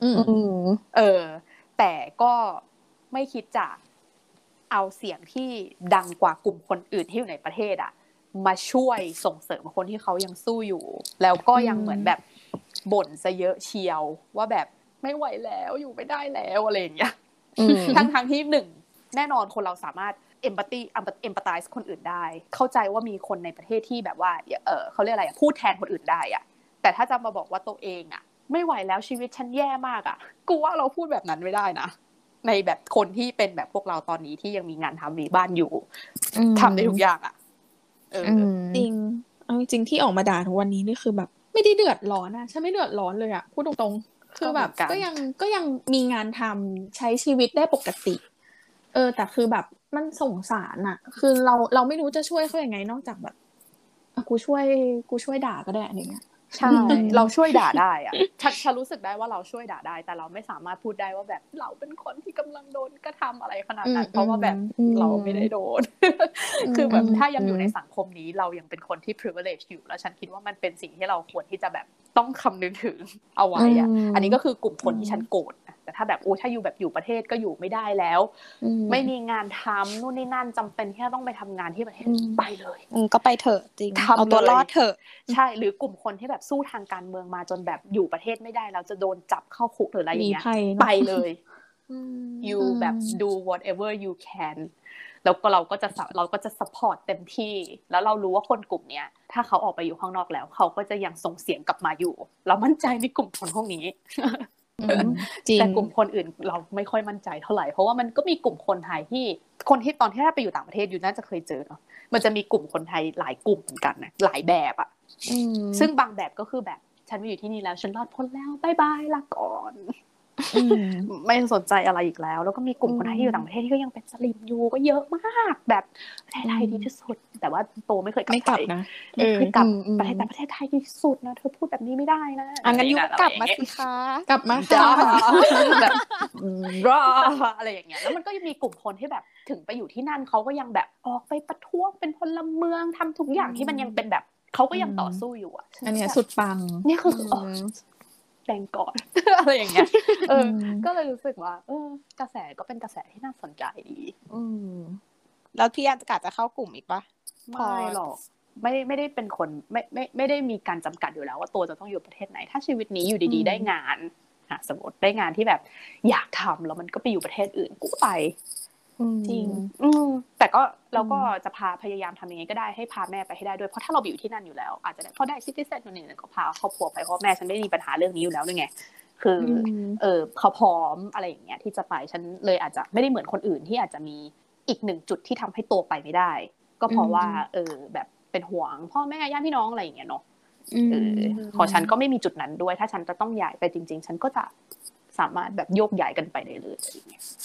แต่ก็ไม่คิดจะเอาเสียงที่ดังกว่ากลุ่มคนอื่นที่อยู่ในประเทศอะมาช่วยส่งเสริมคนที่เขายังสู้อยู่แล้วก็ยังเหมือนแบบบ่นซะเยอะเชียวว่าแบบไม่ไหวแล้วอยู่ไม่ได้แล้วอะไรอย่างเงี้ยทั้งที่หนึ่งแน่นอนคนเราสามารถempathize คนอื่นได้เข้าใจว่ามีคนในประเทศที่แบบว่าเขาเรียกอะไรพูดแทนคนอื่นได้อะแต่ถ้าจะมาบอกว่าตัวเองอะไม่ไหวแล้วชีวิตฉันแย่มากอะกูว่าเราพูดแบบนั้นไม่ได้นะในแบบคนที่เป็นแบบพวกเราตอนนี้ที่ยังมีงานทำมีบ้านอยู่ทำได้ทุกอย่างอะจริงจริงที่ออกมาด่าทุกวันนี้นี่คือแบบไม่ได้เดือดร้อนนะฉันไม่เดือดร้อนเลยอะพูดตรงๆคือแบบก็ยังมีงานทำใช้ชีวิตได้ปกติแต่คือแบบมันสงสารอะคือเราไม่รู้จะช่วยเขาอย่างไงนอกจากแบบกูช่วยด่าก็ได้อะไรเงี้ยใช่เราช่วยด่าได้อะฉันรู้สึกได้ว่าเราช่วยด่าได้แต่เราไม่สามารถพูดได้ว่าแบบเราเป็นคนที่กำลังโดนกระทำอะไรขนาดนั้นเพราะว่าแบบเราไม่ได้โดนคือแบบถ้ายังอยู่ในสังคมนี้เรายังเป็นคนที่ privilege อยู่แล้วฉันคิดว่ามันเป็นสิ่งที่เราควรที่จะแบบต้องคำนึงถึงเอาไว้อะอันนี้ก็คือกลุ่มคนที่ฉันโกรธแต่ถ้าแบบถ้าอยู่แบบอยู่ประเทศก็อยู่ไม่ได้แล้วไม่มีงานทำนู่นนี่นั่นจำเป็นที่จะต้องไปทำงานที่ประเทศไปเลยก็ไปเถอะจริงเอาตัวรอดเถอะใช่หรือกลุ่มคนที่แบบสู้ทางการเมืองมาจนแบบอยู่ประเทศไม่ได้แล้วจะโดนจับเข้าคุกหรืออะไรอย่างเงี้ยไปเลย you แบบ do whatever you can แล้วก็เราก็จะ support เต็มที่แล้วเรารู้ว่าคนกลุ่มเนี้ยถ้าเขาออกไปอยู่ข้างนอกแล้วเขาก็จะยังส่งเสียงกลับมาอยู่เรามั่นใจในกลุ่มคนพวกนี้แต่กลุ่มคนอื่นเราไม่ค่อยมั่นใจเท่าไหร่เพราะว่ามันก็มีกลุ่มคนไทยที่ตอนที่ถ้าไปอยู่ต่างประเทศอยู่น่าจะเคยเจอเนาะมันจะมีกลุ่มคนไทยหลายกลุ่มเหมือนกันนะหลายแบบอ่ะซึ่งบางแบบก็คือแบบฉันมาอยู่ที่นี่แล้วฉันรอดพ้นแล้วบ๊ายบายลาก่อนไม่สนใจอะไรอีกแล้วแล้วก็มีกลุ่มคนไทยที่อยู่ต่างประเทศที่ก็ยังเป็นสลิมอยู่ก็เยอะมากแบบประเทศไทยดีที่สุดแต่ว่าโตไม่เคยกลับไปนะไม่เคยกลับประเทศไทยดีที่สุดนะเธอพูดแบบนี้ไม่ได้นะงั้นยุกลับมาสิคะกลับมาจ้าแบบรออะไรอย่างเงี้ยแล้วมันก็ยังมีกลุ่มคนที่แบบถึงไปอยู่ที่นั่นเขาก็ยังแบบออกไปประท้วงเป็นพลเมืองทำทุกอย่างที่มันยังเป็นแบบเขาก็ยังต่อสู้อยู่อ่ะอันนี้สุดปังนี่คือแบ่งก่อนอะไรอย่างเงี้ยก็เลยรู้สึกว่ากระแสก็เป็นกระแสที่น่าสนใจดีแล้วพี่อาจจะเข้ากลุ่มอีกปะไม่หรอกไม่ได้เป็นคนไม่ได้มีการจำกัดอยู่แล้วว่าตัวจะต้องอยู่ประเทศไหนถ้าชีวิตนี้อยู่ดีๆได้งานสมมติได้งานที่แบบอยากทำแล้วมันก็ไปอยู่ประเทศอื่นกูไปจริงแต่ก็เราก็จะพยายามทำยังไงก็ได้ให้พาแม่ไปให้ได้ด้วยเพราะถ้าเราอยู่ที่นั่นอยู่แล้วอาจจะได้พอได้ซิติเซนนู่นนี่ก็พาครอบครัวไปเพราะแม่ฉันไม่มีปัญหาเรื่องนี้อยู่แล้วด้วยไงคือเขาพร้อมอะไรอย่างเงี้ยที่จะไปฉันเลยอาจจะไม่ได้เหมือนคนอื่นที่อาจจะมีอีกหนึ่งจุดที่ทำให้ตัวไปไม่ได้ก็เพราะว่าแบบเป็นห่วงพ่อแม่ญาติพี่น้องอะไรอย่างเงี้ยเนาะของฉันก็ไม่มีจุดนั้นด้วยถ้าฉันจะต้องย้ายไปจริงๆฉันก็จะสามารถแบบโยกย้ายกันไปได้เลยอะไรอย่างเงี้ย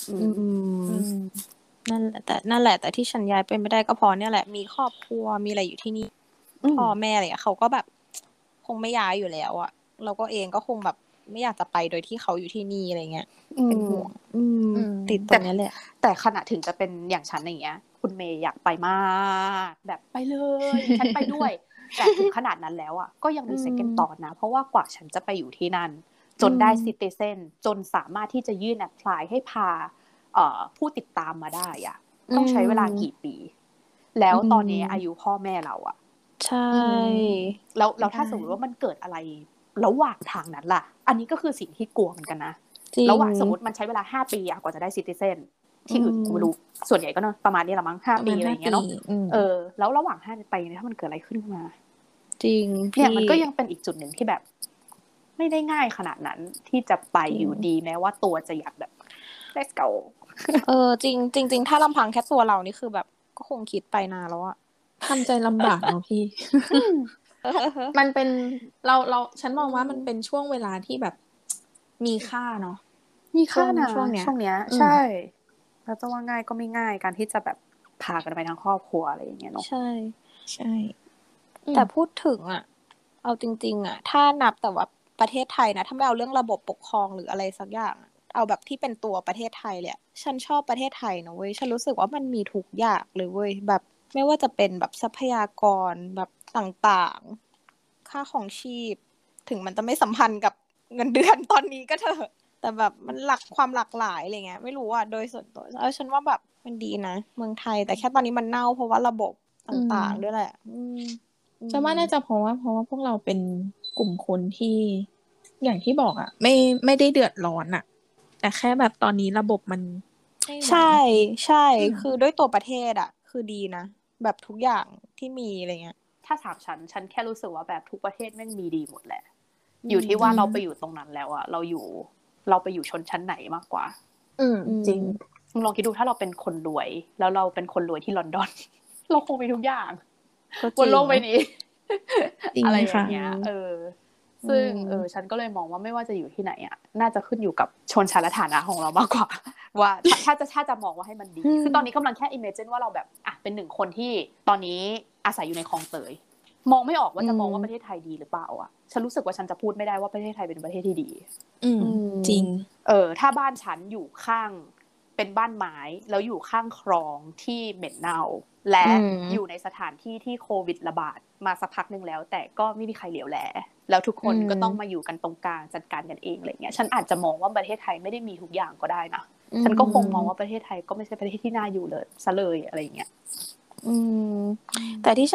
นั่นแหละแต่ที่ฉันย้ายไปไม่ได้ก็เพราะเนี่ยแหละมีครอบครัวมีอะไรอยู่ที่นี่พ่อแม่อะไรเขาก็แบบคงไม่ย้ายอยู่แล้วอ่ะเราก็เองก็คงแบบไม่อยากจะไปโดยที่เขาอยู่ที่นี่อะไรเงี้ยเป็นห่วงติดตรงนี้แหละแต่ขณะถึงจะเป็นอย่างฉันอย่างเงี้ยคุณเมย์อยากไปมากแบบไปเลยฉันไปด้วยแต่ถึงขนาดนั้นแล้วอ่ะก็ยังมี second thought นะเพราะว่ากว่าฉันจะไปอยู่ที่นั่นจนได้ซิติเซนจนสามารถที่จะยื่นแอพพลายให้พาผู้ติดตามมาได้อ่ะต้องใช้เวลากี่ปีแล้วตอนนี้อายุพ่อแม่เราอ่ะใช่แล้วถ้าสมมติว่ามันเกิดอะไรระหว่างทางนั้นล่ะอันนี้ก็คือสิ่งที่กลัวเหมือนกันนะระหว่างสมมติมันใช้เวลา5ปีกว่าจะได้ซิติเซนที่อื่นกูไม่รู้ส่วนใหญ่ก็เนาะประมาณนี้ละมั้ง5ปีอะไรอย่างเงี้ยเนาะแล้วระหว่าง5ปีถ้ามันเกิดอะไรขึ้นมาจริงเนี่ยมันก็ยังเป็นอีกจุดหนึ่งที่แบบไม่ได้ง่ายขนาดนั้นที่จะไปอยู่ดีแม้ว่าตัวจะอยากแบบ let's go จริงถ้าลำพังแค่ตัวเรานี่คือแบบก็คงคิดไปนานแล้วอะทำใจลำบากเนาะพี่มันเป็นเราฉันมองว่ามันเป็นช่วงเวลาที่แบบมีค่าเนาะมีค่านะช่วงเนี้ยใช่แล้วจะว่าง่ายก็ไม่ง่ายการที่จะแบบพากันไปทั้งครอบครัวอะไรอย่างเงี้ยเนาะใช่แต่พูดถึงอะเอาจริงๆอะถ้านับแต่ว่าประเทศไทยนะถ้าไม่เอาเรื่องระบบปกครองหรืออะไรสักอย่างเอาแบบที่เป็นตัวประเทศไทยเลยฉันชอบประเทศไทยนะเว้ยฉันรู้สึกว่ามันมีทุกอย่างเลยเว้ยแบบไม่ว่าจะเป็นแบบทรัพยากรแบบต่างๆค่าของชีพถึงมันจะไม่สัมพันธ์กับเงินเดือนตอนนี้ก็เถอะแต่แบบมันความหลากหลายอะไรเงี้ยไม่รู้อ่ะโดยส่วนตัวฉันว่าแบบมันดีนะเมืองไทยแต่แค่ตอนนี้มันเน่าเพราะว่าระบบต่างๆด้วยแหละจะว่าน่าจะเพราะว่าพวกเราเป็นกลุ่มคนที่อย่างที่บอกอ่ะไม่ได้เดือดร้อนอ่ะแต่แค่แบบตอนนี้ระบบมันใช่คือด้วยตัวประเทศอ่ะคือดีนะแบบทุกอย่างที่มีอะไรเงี้ยถ้าถามฉันแค่รู้สึกว่าแบบทุกประเทศแม่งมีดีหมดแหละอยู่ที่ว่าเราไปอยู่ตรงนั้นแล้วอ่ะเราไปอยู่ชนชั้นไหนมากกว่าจริงลองคิดดูถ้าเราเป็นคนรวยแล้วเราเป็นคนรวยที่ลอนดอนเราคงมีทุกอย่างบนโลกใบนี้อะไรอย่างเงี้ยซึ่งฉันก็เลยมองว่าไม่ว่าจะอยู่ที่ไหนอ่ะน่าจะขึ้นอยู่กับชนชั้นและฐานะของเรามากกว่าว่าถ้าจะมองว่าให้มันดีคือตอนนี้กำลังแค่ imagine ว่าเราแบบอ่ะเป็นหนึ่งคนที่ตอนนี้อาศัยอยู่ในคลองเตยมองไม่ออกว่าจะมองว่าประเทศไทยดีหรือเปล่าอ่ะฉันรู้สึกว่าฉันจะพูดไม่ได้ว่าประเทศไทยเป็นประเทศที่ดีจริงถ้าบ้านฉันอยู่ข้างเป็นบ้านไม้แล้วอยู่ข้างคลองที่เหม็นเน่าและอยู่ในสถานที่ที่โควิดระบาดมาสักพักนึงแล้วแต่ก็ไม่มีใครเหลียวแลแล้วทุกคนก็ต้องมาอยู่กันตรงกลางจัดการกันเองอะไรเงี้ยฉันอาจจะมองว่าประเทศไทยไม่ได้มีทุกอย่างก็ได้นะฉันก็คงมองว่าประเทศไทยก็ไม่ใช่ประเทศที่น่าอยู่เลยซะเลยอะไรเงี้ยแต่ที่ฉัน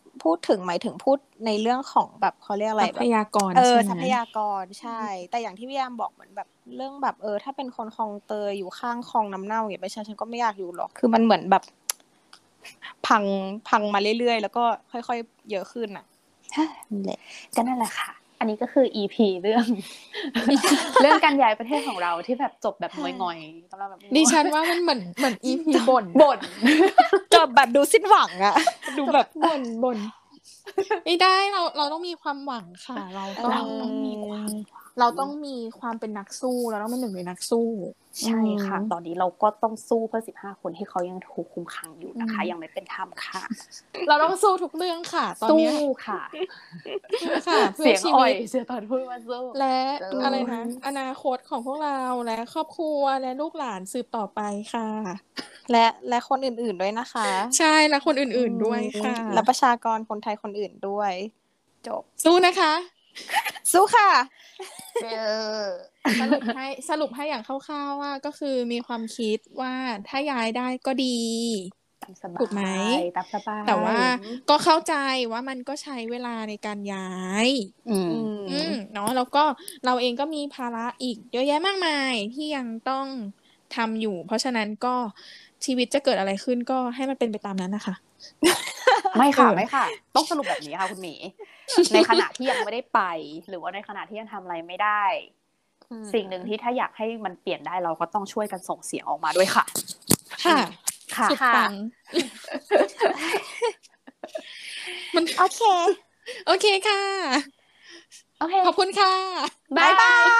พูดถึงหมายถึงพูดในเรื่องของแบบเขาเรียกอะไรทรัพยากรใช่ใช่ไหมทรัพยากรใช่ แต่อย่างที่พี่ยามบอกเหมือนแบบเรื่องแบบถ้าเป็นคนคลองเตยอยู่ข้างคลองน้ำเน่าอย่างเงี้ยไปฉันก็ไม่อยากอยู่หรอกคือมันเหมือนแบบพังมาเรื่อยๆแล้วก็ค่อยๆเยอะขึ้นอ่ะนั่นแหละก็นั่นแหละค่ะอันนี้ก็คือ EP เรื่อง เรื่องการย้ายประเทศของเราที่แบบจบแบบงอยๆสำหรับแบบดิฉันว่ามันเหมือน EP บ่นจบแบบดูสิ้นหวังอ่ะ ดูแบบบ่นไม่ได้เราต้องมีความหวังค่ะ เราต้องมีความเป็นนักสู้เราต้องเป็นหนึ่งในนักสู้ใช่ค่ะตอนนี้เราก็ต้องสู้เพื่อ15คนที่เขายังถูกคุมขังอยู่นะคะยังไม่เป็นธรรมค่ะเราต้องสู้ทุกเรื่องค่ะตอนนี้สู้ค่ะค่ะเพื่เสีอยงชีอ่อวิยตเสียตอนพูดว่าสู้และอะไรนะอนาคตของพวกเราและครอบครัวและลูกหลานสืบต่อไปค่ะและคนอื่นๆด้วยนะคะใช่และคนอื่นๆด้วยค่ะและประชากรคนไทยคนอื่นด้วยจบสู้นะคะสู้ค่ะสรุปให้อย่างคร่าวๆว่าก็คือมีความคิดว่าถ้าย้ายได้ก็ดีถูกไหมตามสบายแต่ว่าก็เข้าใจว่ามันก็ใช้เวลาในการย้ายเนาะแล้วก็เราเองก็มีภาระอีกเยอะแยะมากมายที่ยังต้องทำอยู่เพราะฉะนั้นก็ชีวิตจะเกิดอะไรขึ้นก็ให้มันเป็นไปตามนั้นนะคะไม่ค่ะต้องสรุปแบบนี้ค่ะคุณหมีในขณะที่ยังไม่ได้ไปหรือว่าในขณะที่ยังทำอะไรไม่ได้สิ่งหนึ่งที่ถ้าอยากให้มันเปลี่ยนได้เราก็ต้องช่วยกันส่งเสียงออกมาด้วยค่ะค่ะสุดปังมันโอเคค่ะโอเคขอบคุณค่ะบ๊ายบาย